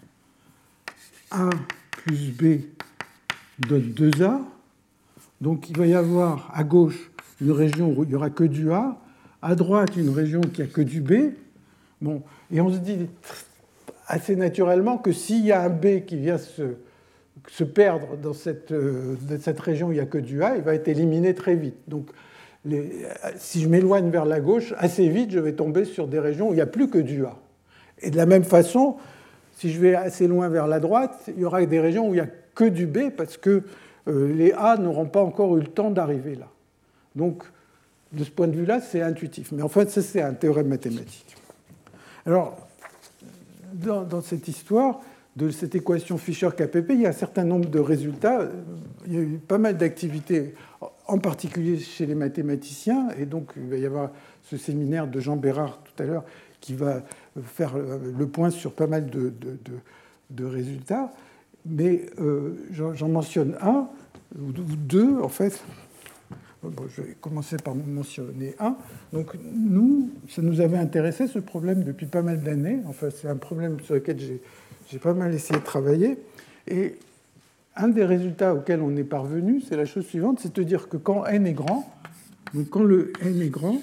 A plus B donne 2A. Donc il va y avoir à gauche une région où il n'y aura que du A, à droite une région qui n'a que du B. Bon, et on se dit assez naturellement que s'il y a un B qui vient se perdre dans cette région où il n'y a que du A, il va être éliminé très vite. Donc si je m'éloigne vers la gauche, assez vite, je vais tomber sur des régions où il n'y a plus que du A. Et de la même façon, si je vais assez loin vers la droite, il y aura des régions où il n'y a que du B parce que les A n'auront pas encore eu le temps d'arriver là. Donc, de ce point de vue-là, c'est intuitif. Mais en fait, ça, c'est un théorème mathématique. Alors, dans cette histoire de cette équation Fischer-KPP, il y a un certain nombre de résultats. Il y a eu pas mal d'activités, en particulier chez les mathématiciens. Et donc, il va y avoir ce séminaire de Jean Bérard tout à l'heure qui va faire le point sur pas mal de résultats. Mais j'en mentionne un, ou deux, en fait. Bon, je vais commencer par mentionner un. Donc, ça nous avait intéressé, ce problème, depuis pas mal d'années. Enfin, c'est un problème sur lequel j'ai pas mal essayé de travailler. Et un des résultats auxquels on est parvenu, c'est la chose suivante, c'est de dire que quand n est grand, donc quand le n est grand,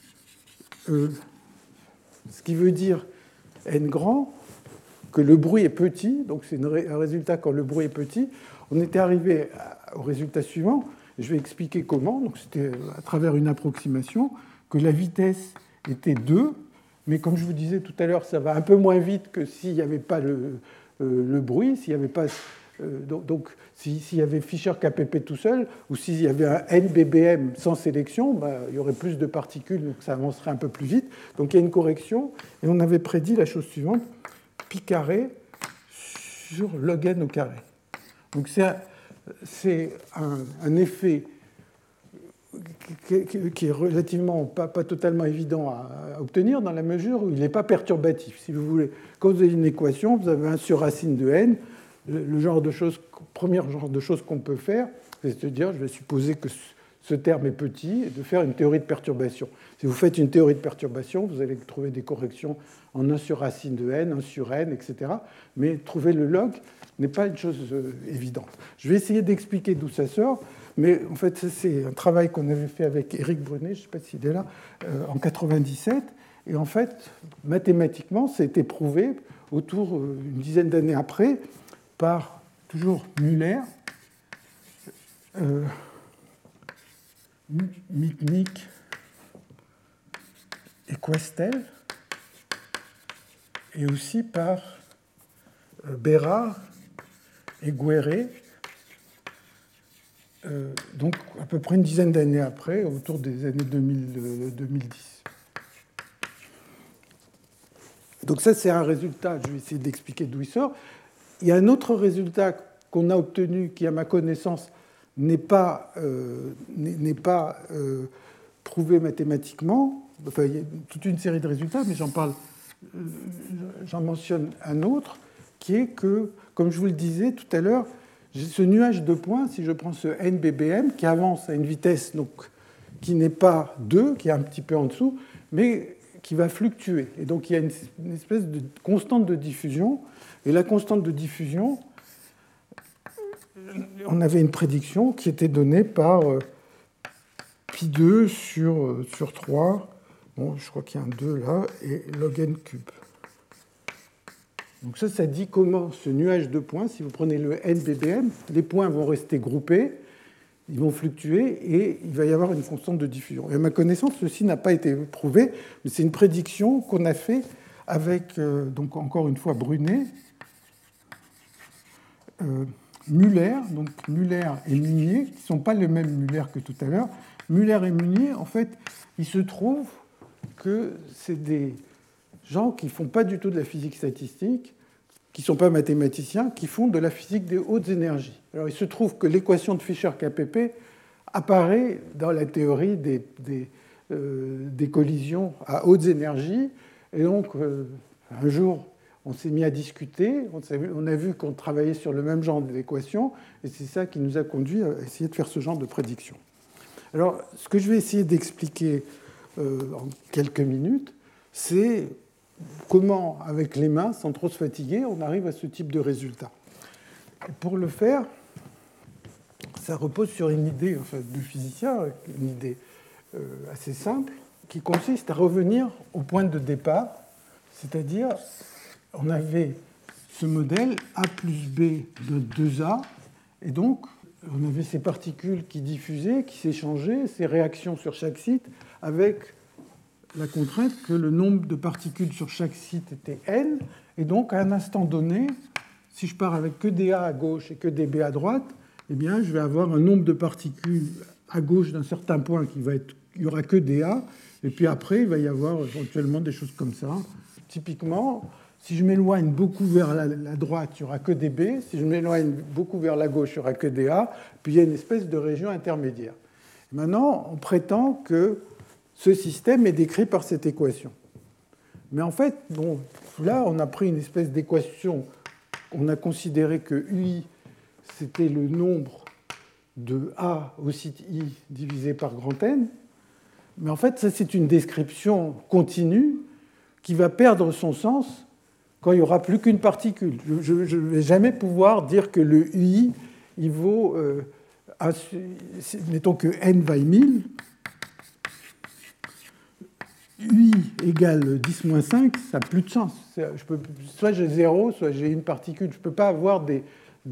ce qui veut dire n grand, que le bruit est petit, donc c'est un résultat quand le bruit est petit, on était arrivé au résultat suivant, je vais expliquer comment, donc c'était à travers une approximation, que la vitesse était 2, mais comme je vous disais tout à l'heure, ça va un peu moins vite que s'il n'y avait pas le bruit, s'il n'y avait pas... donc, s'il y avait Fischer-KPP tout seul, ou s'il y avait un NBBM sans sélection, il y aurait plus de particules, donc ça avancerait un peu plus vite. Donc il y a une correction, et on avait prédit la chose suivante, pi carré sur log n au carré. Donc c'est un effet qui est relativement pas totalement évident à obtenir dans la mesure où il n'est pas perturbatif. Si vous voulez, quand vous avez une équation, vous avez 1 sur racine de n. Le premier genre de choses qu'on peut faire, c'est de dire, je vais supposer que ce terme est petit, et de faire une théorie de perturbation. Si vous faites une théorie de perturbation, vous allez trouver des corrections en 1 sur racine de n, 1 sur n, etc. Mais trouver le log n'est pas une chose évidente. Je vais essayer d'expliquer d'où ça sort, mais en fait, c'est un travail qu'on avait fait avec Éric Brunet, je ne sais pas s'il est là, en 97. Et en fait, mathématiquement, ça a été prouvé autour d'une dizaine d'années après par toujours Muller, Mitnick et Questel, et aussi par Bérard et Guéré, donc à peu près une dizaine d'années après, autour des années 2010. Donc ça, c'est un résultat, je vais essayer d'expliquer d'où il sort. Il y a un autre résultat qu'on a obtenu qui, à ma connaissance, n'est pas prouvé mathématiquement. Enfin, il y a toute une série de résultats, mais j'en mentionne un autre, qui est que, comme je vous le disais tout à l'heure, j'ai ce nuage de points, si je prends ce NBBM, qui avance à une vitesse donc, qui n'est pas 2, qui est un petit peu en dessous, mais qui va fluctuer. Et donc il y a une espèce de constante de diffusion. Et la constante de diffusion, on avait une prédiction qui était donnée par pi2 sur 3. Bon, je crois qu'il y a un 2 là, et log n cube. Donc ça dit comment ce nuage de points, si vous prenez le NBBM, les points vont rester groupés, ils vont fluctuer et il va y avoir une constante de diffusion. Et à ma connaissance, ceci n'a pas été prouvé, mais c'est une prédiction qu'on a fait avec, donc encore une fois, Brunet, Muller, donc Muller et Munier, qui ne sont pas les mêmes Muller que tout à l'heure. Muller et Munier, en fait, il se trouve que c'est des gens qui ne font pas du tout de la physique statistique, qui ne sont pas mathématiciens, qui font de la physique des hautes énergies. Alors il se trouve que l'équation de Fischer-KPP apparaît dans la théorie des collisions à hautes énergies. Et donc, un jour, on s'est mis à discuter, on a vu qu'on travaillait sur le même genre d'équations, et c'est ça qui nous a conduit à essayer de faire ce genre de prédiction. Alors, ce que je vais essayer d'expliquer en quelques minutes, c'est comment, avec les mains, sans trop se fatiguer, on arrive à ce type de résultat. Et pour le faire, ça repose sur une idée de physicien, une idée assez simple, qui consiste à revenir au point de départ, c'est-à-dire, on avait ce modèle A plus B de 2A, et donc on avait ces particules qui diffusaient, qui s'échangeaient, ces réactions sur chaque site, avec la contrainte que le nombre de particules sur chaque site était n, et donc à un instant donné, si je pars avec que des A à gauche et que des B à droite, eh bien, je vais avoir un nombre de particules à gauche d'un certain point il n'y aura que des A, et puis après, il va y avoir éventuellement des choses comme ça. Typiquement, si je m'éloigne beaucoup vers la droite, il n'y aura que des B. Si je m'éloigne beaucoup vers la gauche, il n'y aura que des A. Puis il y a une espèce de région intermédiaire. Maintenant, on prétend que ce système est décrit par cette équation. Mais en fait, bon, là, on a pris une espèce d'équation. On a considéré que UI, c'était le nombre de A au site I divisé par grand N. Mais en fait, ça, c'est une description continue qui va perdre son sens quand il n'y aura plus qu'une particule. Je ne vais jamais pouvoir dire que le UI, il vaut, mettons que n vaille 1000, UI égale 10 moins 5, ça n'a plus de sens. Soit j'ai 0, soit j'ai une particule. Je ne peux pas avoir des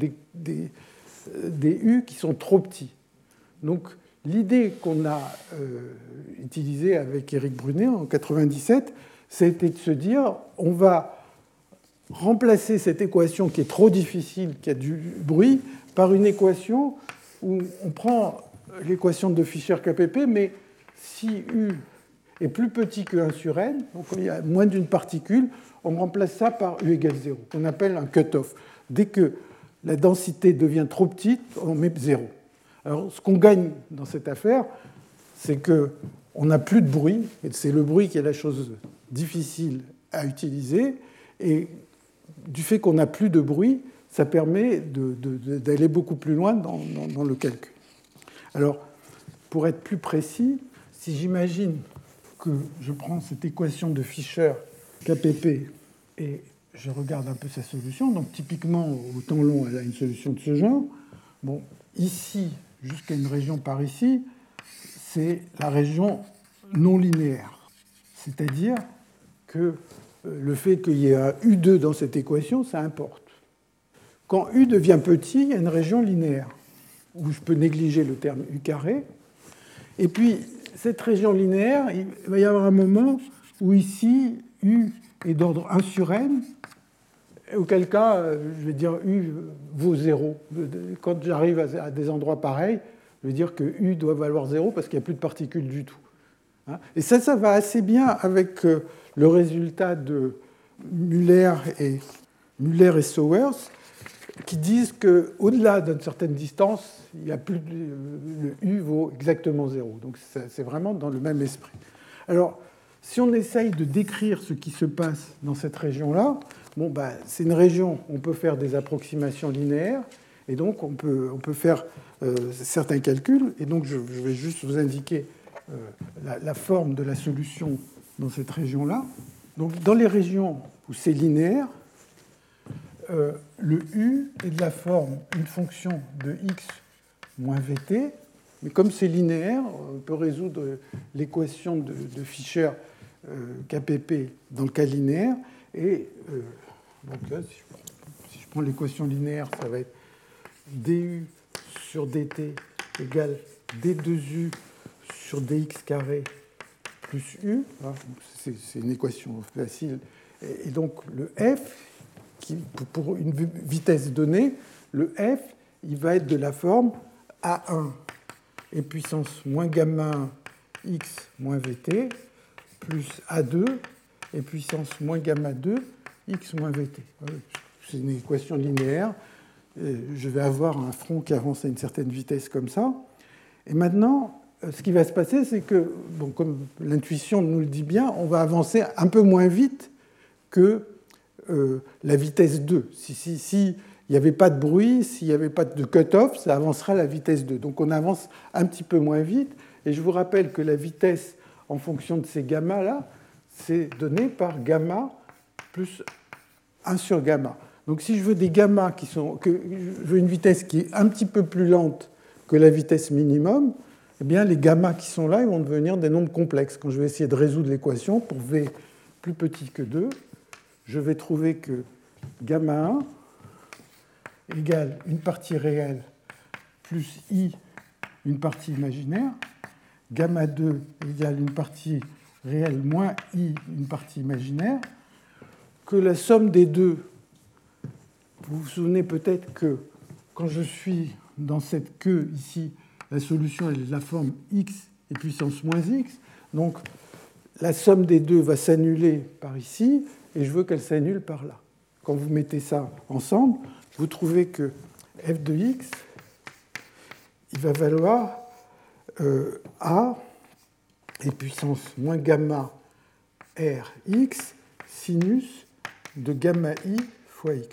U qui sont trop petits. Donc, l'idée qu'on a utilisée avec Éric Brunet en 1997, c'était de se dire, on va remplacer cette équation qui est trop difficile, qui a du bruit, par une équation où on prend l'équation de Fischer-KPP, mais si U est plus petit que 1 sur n, donc il y a moins d'une particule, on remplace ça par U égale 0, qu'on appelle un cut-off. Dès que la densité devient trop petite, on met 0. Alors, ce qu'on gagne dans cette affaire, c'est qu'on n'a plus de bruit, et c'est le bruit qui est la chose difficile à utiliser, et du fait qu'on n'a plus de bruit, ça permet d'aller beaucoup plus loin dans le calcul. Alors, pour être plus précis, si j'imagine que je prends cette équation de Fischer, KPP, et je regarde un peu sa solution, donc typiquement, au temps long, elle a une solution de ce genre. Bon, ici, jusqu'à une région par ici, c'est la région non linéaire. C'est-à-dire que le fait qu'il y ait un U2 dans cette équation, ça importe. Quand U devient petit, il y a une région linéaire, où je peux négliger le terme U carré. Et puis, cette région linéaire, il va y avoir un moment où ici, U est d'ordre 1 sur n, auquel cas, je vais dire U vaut 0. Quand j'arrive à des endroits pareils, je vais dire que U doit valoir 0 parce qu'il n'y a plus de particules du tout. Et ça va assez bien avec le résultat de Müller et Sowers, qui disent qu'au-delà d'une certaine distance, il y a plus le U vaut exactement 0. Donc c'est vraiment dans le même esprit. Alors, si on essaye de décrire ce qui se passe dans cette région-là, bon, c'est une région où on peut faire des approximations linéaires, et donc on peut faire certains calculs. Et donc je vais juste vous indiquer la forme de la solution dans cette région-là. Donc dans les régions où c'est linéaire, le U est de la forme une fonction de x moins vt, mais comme c'est linéaire, on peut résoudre l'équation de Fischer KPP dans le cas linéaire. Et donc là, si je prends l'équation linéaire, ça va être du sur dt égale d2u sur dx carré plus u. C'est une équation facile. Et donc le f, pour une vitesse donnée, le f, il va être de la forme a1 et puissance moins gamma x moins vt plus a2 et puissance moins gamma 2 x moins vt. C'est une équation linéaire. Je vais avoir un front qui avance à une certaine vitesse comme ça. Et maintenant, ce qui va se passer, c'est que, bon, comme l'intuition nous le dit bien, on va avancer un peu moins vite que la vitesse 2. S'il n'y avait pas de bruit, s'il n'y avait pas de cut-off, ça avancera à la vitesse 2. Donc on avance un petit peu moins vite. Et je vous rappelle que la vitesse en fonction de ces gammas-là, c'est donné par gamma plus 1 sur gamma. Donc si je veux des gammas je veux une vitesse qui est un petit peu plus lente que la vitesse minimum, eh bien les gammas qui sont là, ils vont devenir des nombres complexes. Quand je vais essayer de résoudre l'équation pour v plus petit que 2, je vais trouver que gamma 1 égale une partie réelle plus i, une partie imaginaire, gamma 2 égale une partie réelle moins i, une partie imaginaire, que la somme des deux, vous vous souvenez peut-être que quand je suis dans cette queue ici, la solution est de la forme x et puissance moins x, donc la somme des deux va s'annuler par ici, et je veux qu'elle s'annule par là. Quand vous mettez ça ensemble, vous trouvez que f de x, il va valoir a et puissance moins gamma rx sinus de gamma i fois x.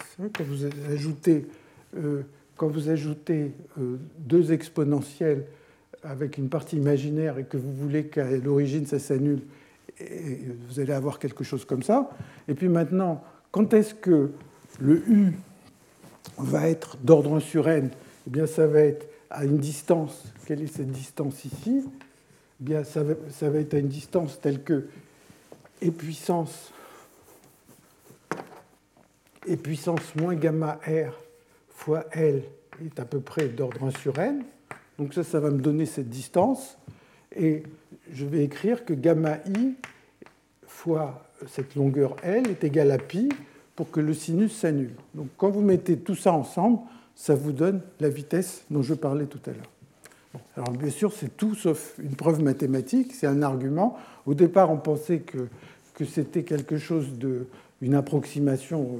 Quand vous ajoutez deux exponentielles avec une partie imaginaire et que vous voulez qu'à l'origine ça s'annule, vous allez avoir quelque chose comme ça. Et puis maintenant, quand est-ce que le u va être d'ordre 1 sur n? Eh bien, ça va être à une distance. Quelle est cette distance ici? Eh bien, ça va être à une distance telle que et puissance moins gamma r fois L est à peu près d'ordre 1 sur n. Donc ça va me donner cette distance. Et je vais écrire que gamma i fois cette longueur L est égale à pi pour que le sinus s'annule. Donc quand vous mettez tout ça ensemble, ça vous donne la vitesse dont je parlais tout à l'heure. Bon, alors bien sûr, c'est tout sauf une preuve mathématique, c'est un argument. Au départ, on pensait que c'était quelque chose une approximation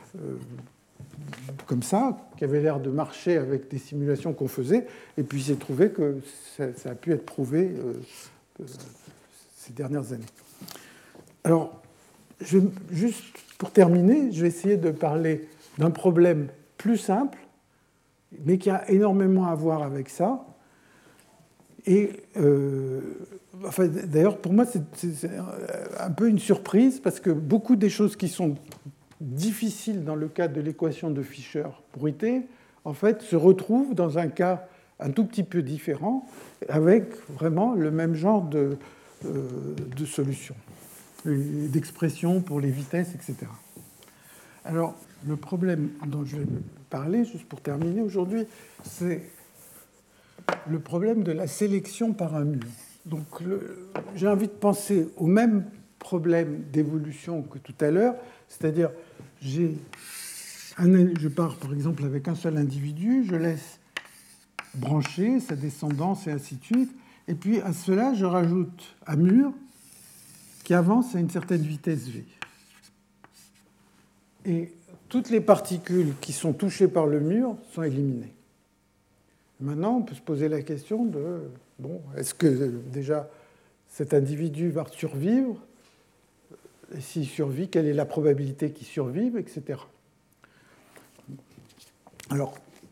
comme ça, qui avait l'air de marcher avec des simulations qu'on faisait, et puis il s'est trouvé que ça a pu être prouvé ces dernières années. Alors, juste pour terminer, je vais essayer de parler d'un problème plus simple, mais qui a énormément à voir avec ça, Et d'ailleurs, pour moi, c'est un peu une surprise parce que beaucoup des choses qui sont difficiles dans le cas de l'équation de Fischer-Bruité, en fait, se retrouvent dans un cas un tout petit peu différent, avec vraiment le même genre de solution, d'expression pour les vitesses, etc. Alors, le problème dont je vais parler, juste pour terminer aujourd'hui, c'est le problème de la sélection par un mur. Donc, j'ai envie de penser au même problème d'évolution que tout à l'heure, c'est-à-dire, je pars par exemple avec un seul individu, je laisse brancher sa descendance et ainsi de suite, et puis à cela, je rajoute un mur qui avance à une certaine vitesse v. Et toutes les particules qui sont touchées par le mur sont éliminées. Maintenant, on peut se poser la question de, bon, est-ce que déjà cet individu va survivre? Et s'il survit, quelle est la probabilité qu'il survive, etc. Alors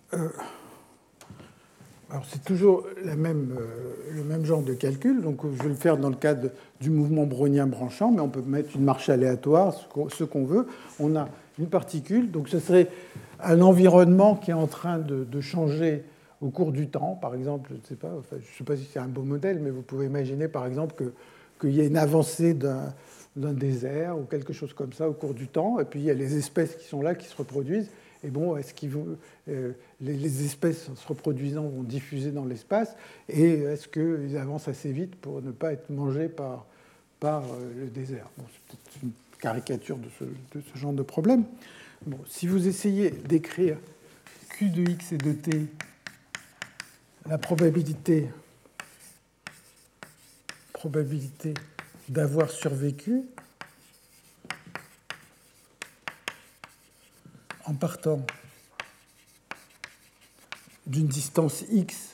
c'est toujours le même genre de calcul. Donc, je vais le faire dans le cadre du mouvement brownien branchant, mais on peut mettre une marche aléatoire, ce qu'on veut. On a une particule, donc ce serait un environnement qui est en train de changer au cours du temps. Par exemple, je ne sais pas si c'est un beau modèle, mais vous pouvez imaginer, par exemple, qu'il y a une avancée d'un désert ou quelque chose comme ça au cours du temps, et puis il y a les espèces qui sont là, qui se reproduisent. Et bon, est-ce les espèces se reproduisant vont diffuser dans l'espace, et est-ce qu'ils avancent assez vite pour ne pas être mangés par le désert? Bon, c'est peut-être une caricature de ce genre de problème. Bon, si vous essayez d'écrire Q de x et de t, la probabilité d'avoir survécu en partant d'une distance x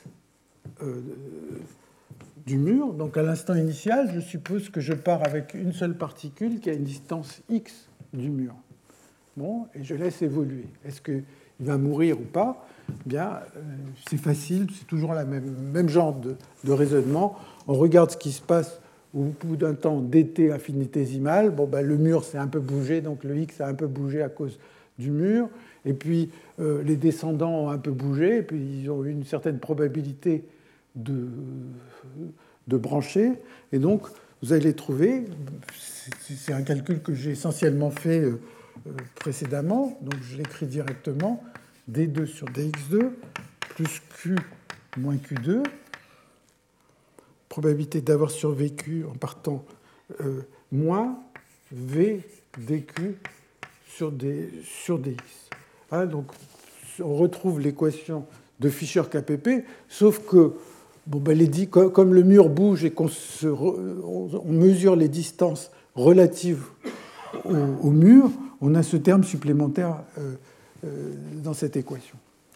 du mur. Donc à l'instant initial, je suppose que je pars avec une seule particule qui a une distance x du mur. Bon, et je laisse évoluer. Est-ce qu'il va mourir ou pas? Bien, c'est facile, c'est toujours le même genre de raisonnement. On regarde ce qui se passe au bout d'un temps dt infinitésimal. Bon, ben, le mur s'est un peu bougé, donc le x a un peu bougé à cause du mur. Et puis, les descendants ont un peu bougé, et puis ils ont eu une certaine probabilité de brancher. Et donc, vous allez trouver, c'est un calcul que j'ai essentiellement fait précédemment, donc je l'écris directement, d2 sur dx2 plus q moins q2, probabilité d'avoir survécu en partant moins v dq sur dx. Hein, donc on retrouve l'équation de Fischer-KPP, sauf que bon, ben, comme le mur bouge et qu'on mesure les distances relatives au mur, on a ce terme supplémentaire dans cette équation.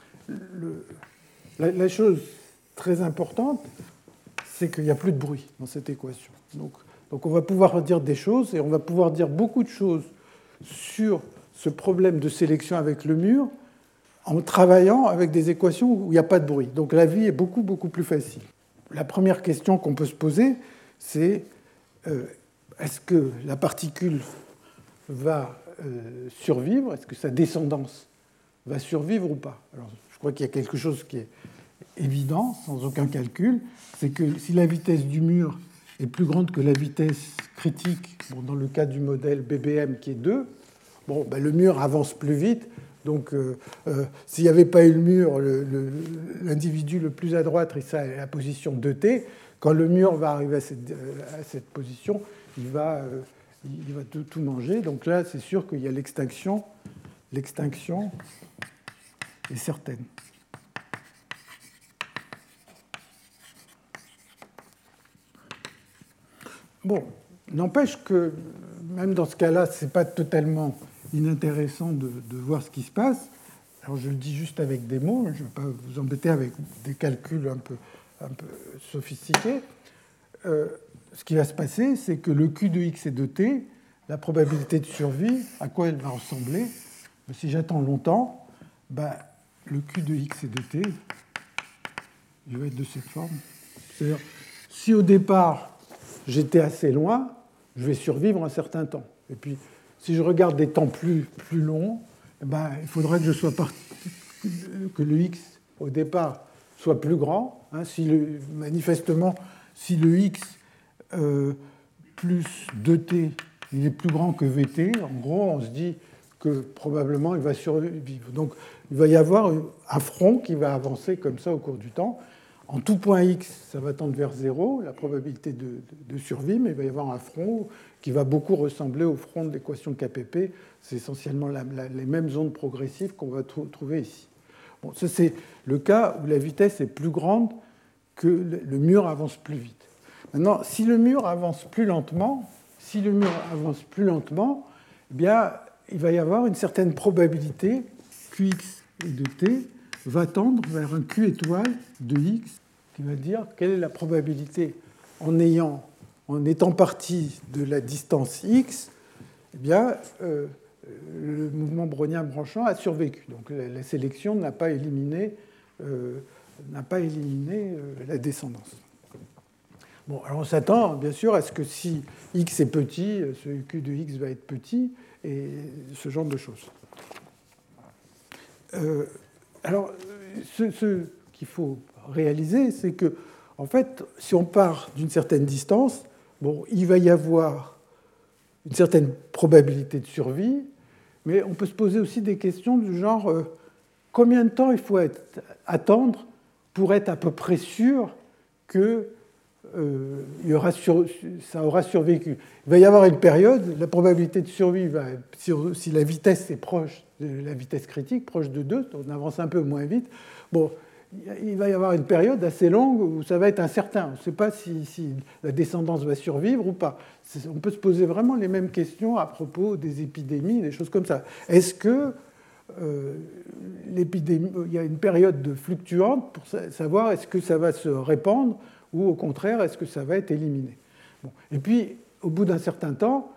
La chose très importante, c'est qu'il n'y a plus de bruit dans cette équation. Donc on va pouvoir dire des choses, et on va pouvoir dire beaucoup de choses sur ce problème de sélection avec le mur en travaillant avec des équations où il n'y a pas de bruit. Donc la vie est beaucoup, beaucoup plus facile. La première question qu'on peut se poser, c'est est-ce que la particule va survivre? Est-ce que sa descendance va survivre ou pas? Alors, je crois qu'il y a quelque chose qui est évident, sans aucun calcul, c'est que si la vitesse du mur est plus grande que la vitesse critique, bon, dans le cas du modèle BBM qui est 2, bon, ben, le mur avance plus vite. Donc, s'il n'y avait pas eu le mur, l'individu le plus à droite serait à la position 2t. Quand le mur va arriver à cette position, il va tout manger. Donc là, c'est sûr qu'il y a l'extinction. L'extinction est certaine. Bon, n'empêche que même dans ce cas-là, ce n'est pas totalement inintéressant de voir ce qui se passe. Alors je le dis juste avec des mots, je ne vais pas vous embêter avec des calculs un peu sophistiqués. Ce qui va se passer, c'est que le Q de x et de t, la probabilité de survie, à quoi elle va ressembler? Si j'attends longtemps, ben, le Q de x et de t, il va être de cette forme. C'est-à-dire, si au départ, j'étais assez loin, je vais survivre un certain temps. Et puis, si je regarde des temps plus longs, eh ben, il faudrait que je sois que le x, au départ, soit plus grand. Hein, manifestement, si le x plus 2t il est plus grand que vt, en gros, on se dit que probablement il va survivre. Donc, il va y avoir un front qui va avancer comme ça au cours du temps. En tout point x, ça va tendre vers 0, la probabilité de survie, mais il va y avoir un front qui va beaucoup ressembler au front de l'équation KPP. C'est essentiellement les mêmes ondes progressives qu'on va trouver ici. Bon, ça, c'est le cas où la vitesse est plus grande que le mur avance plus vite. Maintenant, si le mur avance plus lentement, eh bien, il va y avoir une certaine probabilité Qx et de t va tendre vers un Q étoile de x qui va dire quelle est la probabilité en étant parti de la distance x, eh bien, le mouvement brownien branchant a survécu. Donc la sélection n'a pas éliminé la descendance. Bon, alors on s'attend bien sûr à ce que si x est petit, ce q de x va être petit, et ce genre de choses. Alors, ce qu'il faut réaliser, c'est que, en fait, si on part d'une certaine distance, bon, il va y avoir une certaine probabilité de survie, mais on peut se poser aussi des questions du genre combien de temps il faut attendre pour être à peu près sûr que ça aura survécu. Il va y avoir une période, la probabilité de survie, si la vitesse est proche de la vitesse critique, proche de 2, on avance un peu moins vite, bon, il va y avoir une période assez longue où ça va être incertain. On ne sait pas si la descendance va survivre ou pas. On peut se poser vraiment les mêmes questions à propos des épidémies, des choses comme ça. Est-ce que l'épidémie, il y a une période de fluctuante pour savoir est-ce que ça va se répandre ou au contraire, est-ce que ça va être éliminé? Bon. Et puis, au bout d'un certain temps,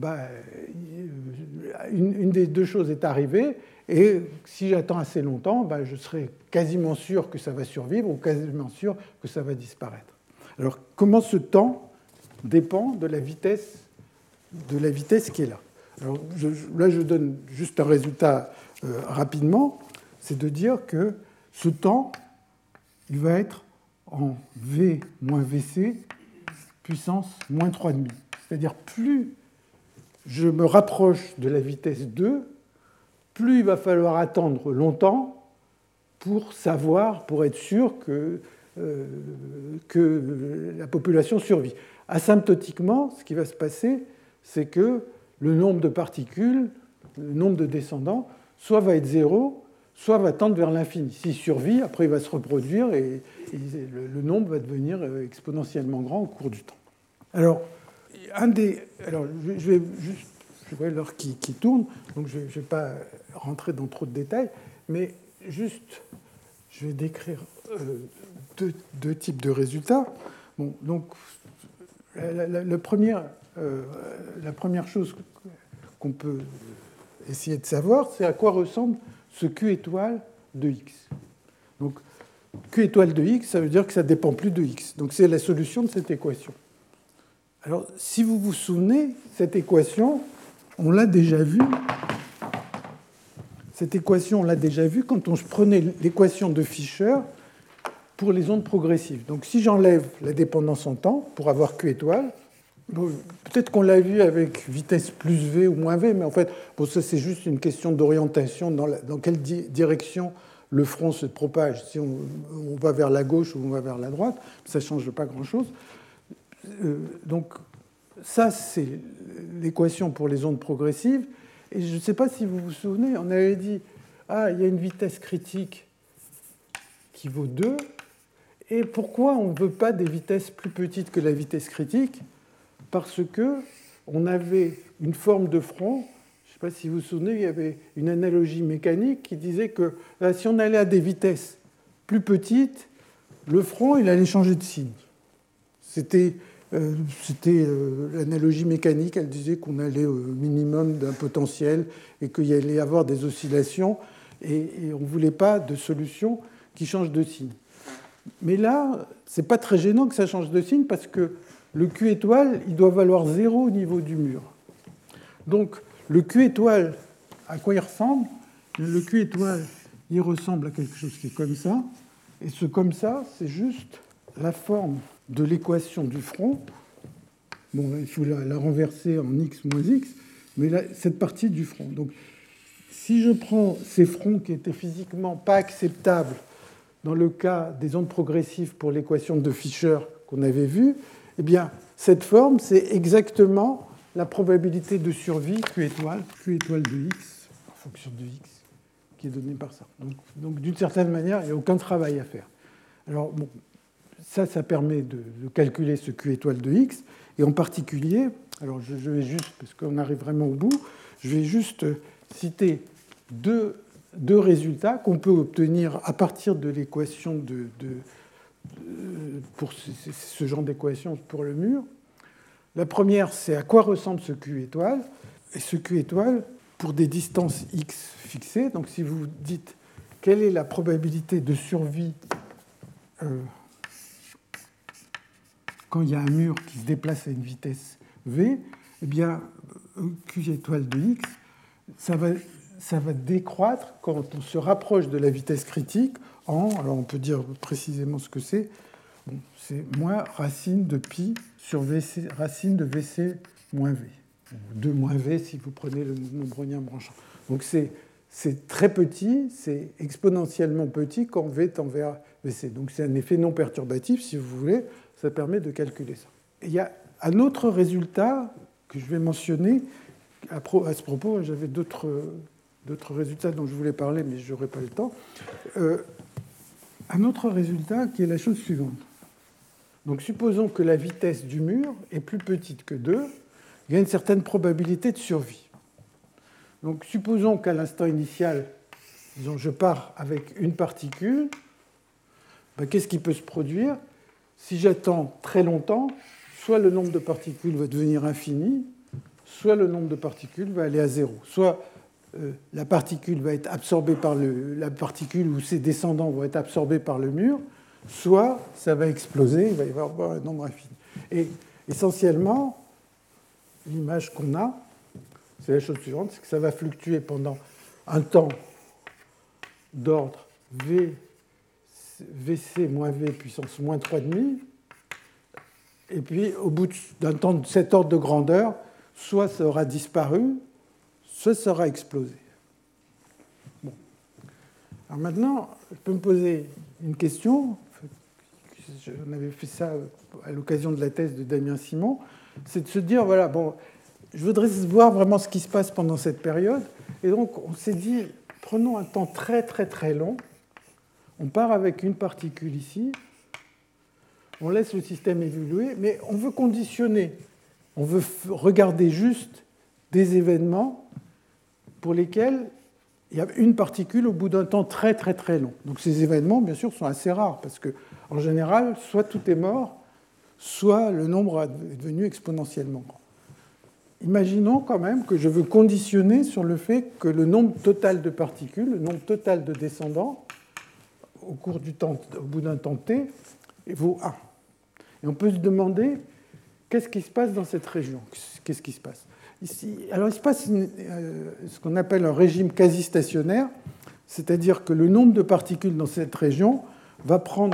une des deux choses est arrivée, et si j'attends assez longtemps, je serai quasiment sûr que ça va survivre ou quasiment sûr que ça va disparaître. Alors, comment ce temps dépend de la vitesse qui est là? Alors, là, je donne juste un résultat rapidement, c'est de dire que ce temps, il va être en V moins Vc puissance moins 3,5. C'est-à-dire plus je me rapproche de la vitesse 2, plus il va falloir attendre longtemps pour savoir, pour être sûr que la population survit. Asymptotiquement, ce qui va se passer, c'est que le nombre de particules, le nombre de descendants, soit va être 0, soit va tendre vers l'infini. S'il survit, après il va se reproduire et le nombre va devenir exponentiellement grand au cours du temps. Alors, je vois l'heure qui tourne, donc je ne vais pas rentrer dans trop de détails, mais juste, je vais décrire deux types de résultats. Bon, donc, la première chose qu'on peut essayer de savoir, c'est à quoi ressemble ce Q étoile de x. Donc, Q étoile de x, ça veut dire que ça ne dépend plus de x. Donc, c'est la solution de cette équation. Alors, si vous vous souvenez, cette équation, on l'a déjà vue. Cette équation, on l'a déjà vue quand on prenait l'équation de Fischer pour les ondes progressives. Donc, si j'enlève la dépendance en temps pour avoir Q étoile, bon, peut-être qu'on l'a vu avec vitesse plus v ou moins v, mais en fait, bon, ça c'est juste une question d'orientation, dans quelle direction le front se propage. Si on va vers la gauche ou on va vers la droite, ça ne change pas grand-chose. Donc, ça, c'est l'équation pour les ondes progressives. Et je ne sais pas si vous vous souvenez, on avait dit, il y a une vitesse critique qui vaut 2, et pourquoi on ne veut pas des vitesses plus petites que la vitesse critique? Parce qu'on avait une forme de front, je ne sais pas si vous vous souvenez, il y avait une analogie mécanique qui disait que si on allait à des vitesses plus petites, le front il allait changer de signe. C'était l'analogie mécanique, elle disait qu'on allait au minimum d'un potentiel et qu'il y allait y avoir des oscillations, et on ne voulait pas de solution qui change de signe. Mais là, ce n'est pas très gênant que ça change de signe parce que le Q étoile, il doit valoir 0 au niveau du mur. Donc, le Q étoile, à quoi il ressemble? Le Q étoile, il ressemble à quelque chose qui est comme ça. Et ce comme ça, c'est juste la forme de l'équation du front. Bon, il faut la renverser en x moins x, mais là, cette partie du front. Donc, si je prends ces fronts qui étaient physiquement pas acceptables dans le cas des ondes progressives pour l'équation de Fischer qu'on avait vue, eh bien, cette forme, c'est exactement la probabilité de survie Q étoile de x, en fonction de x, qui est donnée par ça. Donc d'une certaine manière, il n'y a aucun travail à faire. Alors, bon, ça permet de calculer ce Q étoile de x, et en particulier, alors je vais juste, parce qu'on arrive vraiment au bout, je vais juste citer deux résultats qu'on peut obtenir à partir de l'équation pour ce genre d'équation pour le mur. La première, c'est à quoi ressemble ce Q étoile. Et ce Q étoile, pour des distances x fixées, donc si vous dites quelle est la probabilité de survie quand il y a un mur qui se déplace à une vitesse v, eh bien, Q étoile de x, ça va décroître quand on se rapproche de la vitesse critique alors on peut dire précisément ce que c'est, bon, c'est moins racine de pi sur VC, racine de VC moins V, 2 moins V si vous prenez le nombre brownien branchant. Donc c'est très petit, c'est exponentiellement petit quand V tend vers VC. Donc c'est un effet non perturbatif, si vous voulez, ça permet de calculer ça. Et il y a un autre résultat que je vais mentionner. À ce propos, j'avais d'autres résultats dont je voulais parler, mais je n'aurai pas le temps. Un autre résultat qui est la chose suivante. Donc supposons que la vitesse du mur est plus petite que 2, il y a une certaine probabilité de survie. Donc supposons qu'à l'instant initial, disons, je pars avec une particule, ben, qu'est-ce qui peut se produire? Si j'attends très longtemps, soit le nombre de particules va devenir infini, soit le nombre de particules va aller à zéro. Soit la particule va être absorbée par la particule ou ses descendants vont être absorbés par le mur, soit ça va exploser, il va y avoir un nombre infini. Et essentiellement, l'image qu'on a, c'est la chose suivante, c'est que ça va fluctuer pendant un temps d'ordre VC moins V puissance moins 3,5, et puis au bout d'un temps de cet ordre de grandeur, soit ça aura disparu, soit ça aura explosé. Bon. Alors maintenant, je peux me poser une question. On avait fait ça à l'occasion de la thèse de Damien Simon. C'est de se dire, voilà, bon, je voudrais voir vraiment ce qui se passe pendant cette période. Et donc, on s'est dit, prenons un temps très, très, très long. On part avec une particule ici. On laisse le système évoluer, mais on veut conditionner. On veut regarder juste des événements pour lesquels il y a une particule au bout d'un temps très très très long. Donc ces événements, bien sûr, sont assez rares, parce qu'en général, soit tout est mort, soit le nombre est devenu exponentiellement grand. Imaginons quand même que je veux conditionner sur le fait que le nombre total de particules, le nombre total de descendants, au bout d'un temps t, vaut 1. Et on peut se demander qu'est-ce qui se passe dans cette région. Qu'est-ce qui se passe ici? Alors, il se passe ce qu'on appelle un régime quasi-stationnaire, c'est-à-dire que le nombre de particules dans cette région va prendre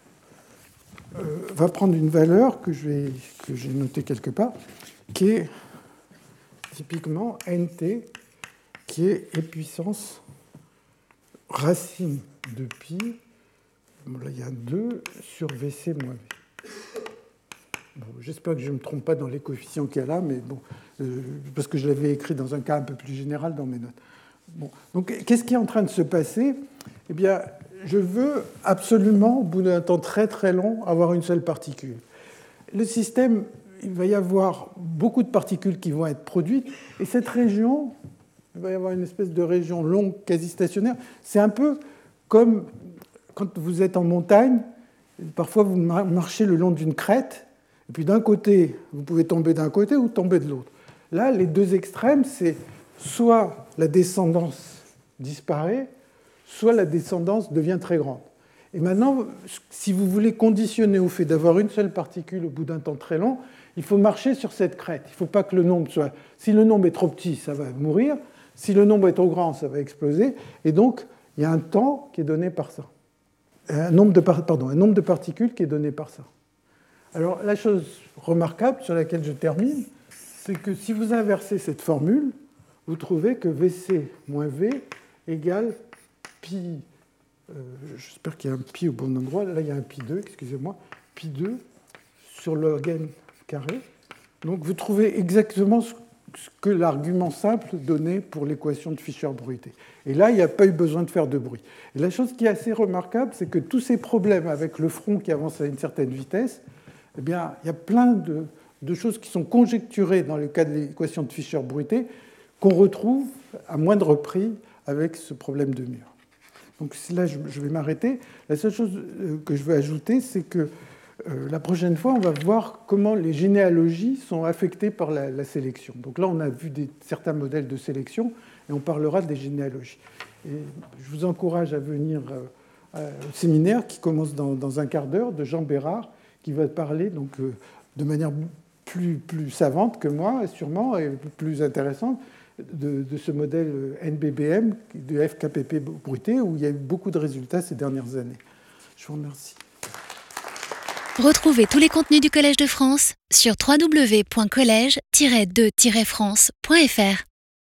une valeur que j'ai notée quelque part, qui est typiquement nt, qui est e puissance racine de pi, bon, là il y a 2 sur Vc moins V. Bon, j'espère que je ne me trompe pas dans les coefficients qu'il y a là, mais bon, parce que je l'avais écrit dans un cas un peu plus général dans mes notes. Bon, donc, qu'est-ce qui est en train de se passer? Eh bien, je veux absolument, au bout d'un temps très très long, avoir une seule particule. Le système, il va y avoir beaucoup de particules qui vont être produites, et cette région, il va y avoir une espèce de région longue, quasi stationnaire. C'est un peu comme quand vous êtes en montagne, parfois vous marchez le long d'une crête, et puis d'un côté, vous pouvez tomber d'un côté ou tomber de l'autre. Là, les deux extrêmes, c'est soit la descendance disparaît, soit la descendance devient très grande. Et maintenant, si vous voulez conditionner au fait d'avoir une seule particule au bout d'un temps très long, il faut marcher sur cette crête. Il ne faut pas que le nombre soit... Si le nombre est trop petit, ça va mourir. Si le nombre est trop grand, ça va exploser. Et donc, il y a un temps qui est donné par ça. Un nombre de particules qui est donné par ça. Alors, la chose remarquable sur laquelle je termine, c'est que si vous inversez cette formule, vous trouvez que Vc moins V égale pi... J'espère qu'il y a un pi au bon endroit. Là, il y a un pi 2, excusez-moi. Pi 2 sur log n carré. Donc, vous trouvez exactement ce que l'argument simple donnait pour l'équation de Fischer-Bruité. Et là, il n'y a pas eu besoin de faire de bruit. Et la chose qui est assez remarquable, c'est que tous ces problèmes avec le front qui avance à une certaine vitesse, eh bien, il y a plein de choses qui sont conjecturées dans le cas de l'équation de Fischer-Bruité qu'on retrouve à moindre prix avec ce problème de mur. Donc là, je vais m'arrêter. La seule chose que je veux ajouter, c'est que la prochaine fois, on va voir comment les généalogies sont affectées par la sélection. Donc là, on a vu certains modèles de sélection et on parlera des généalogies. Et je vous encourage à venir au séminaire qui commence dans un quart d'heure de Jean Bérard, qui va parler donc, de manière plus savante que moi, sûrement, et plus intéressante, de ce modèle NBBM, de FKPP Bruité, où il y a eu beaucoup de résultats ces dernières années. Je vous remercie. Retrouvez tous les contenus du Collège de France sur www.collège-2-france.fr.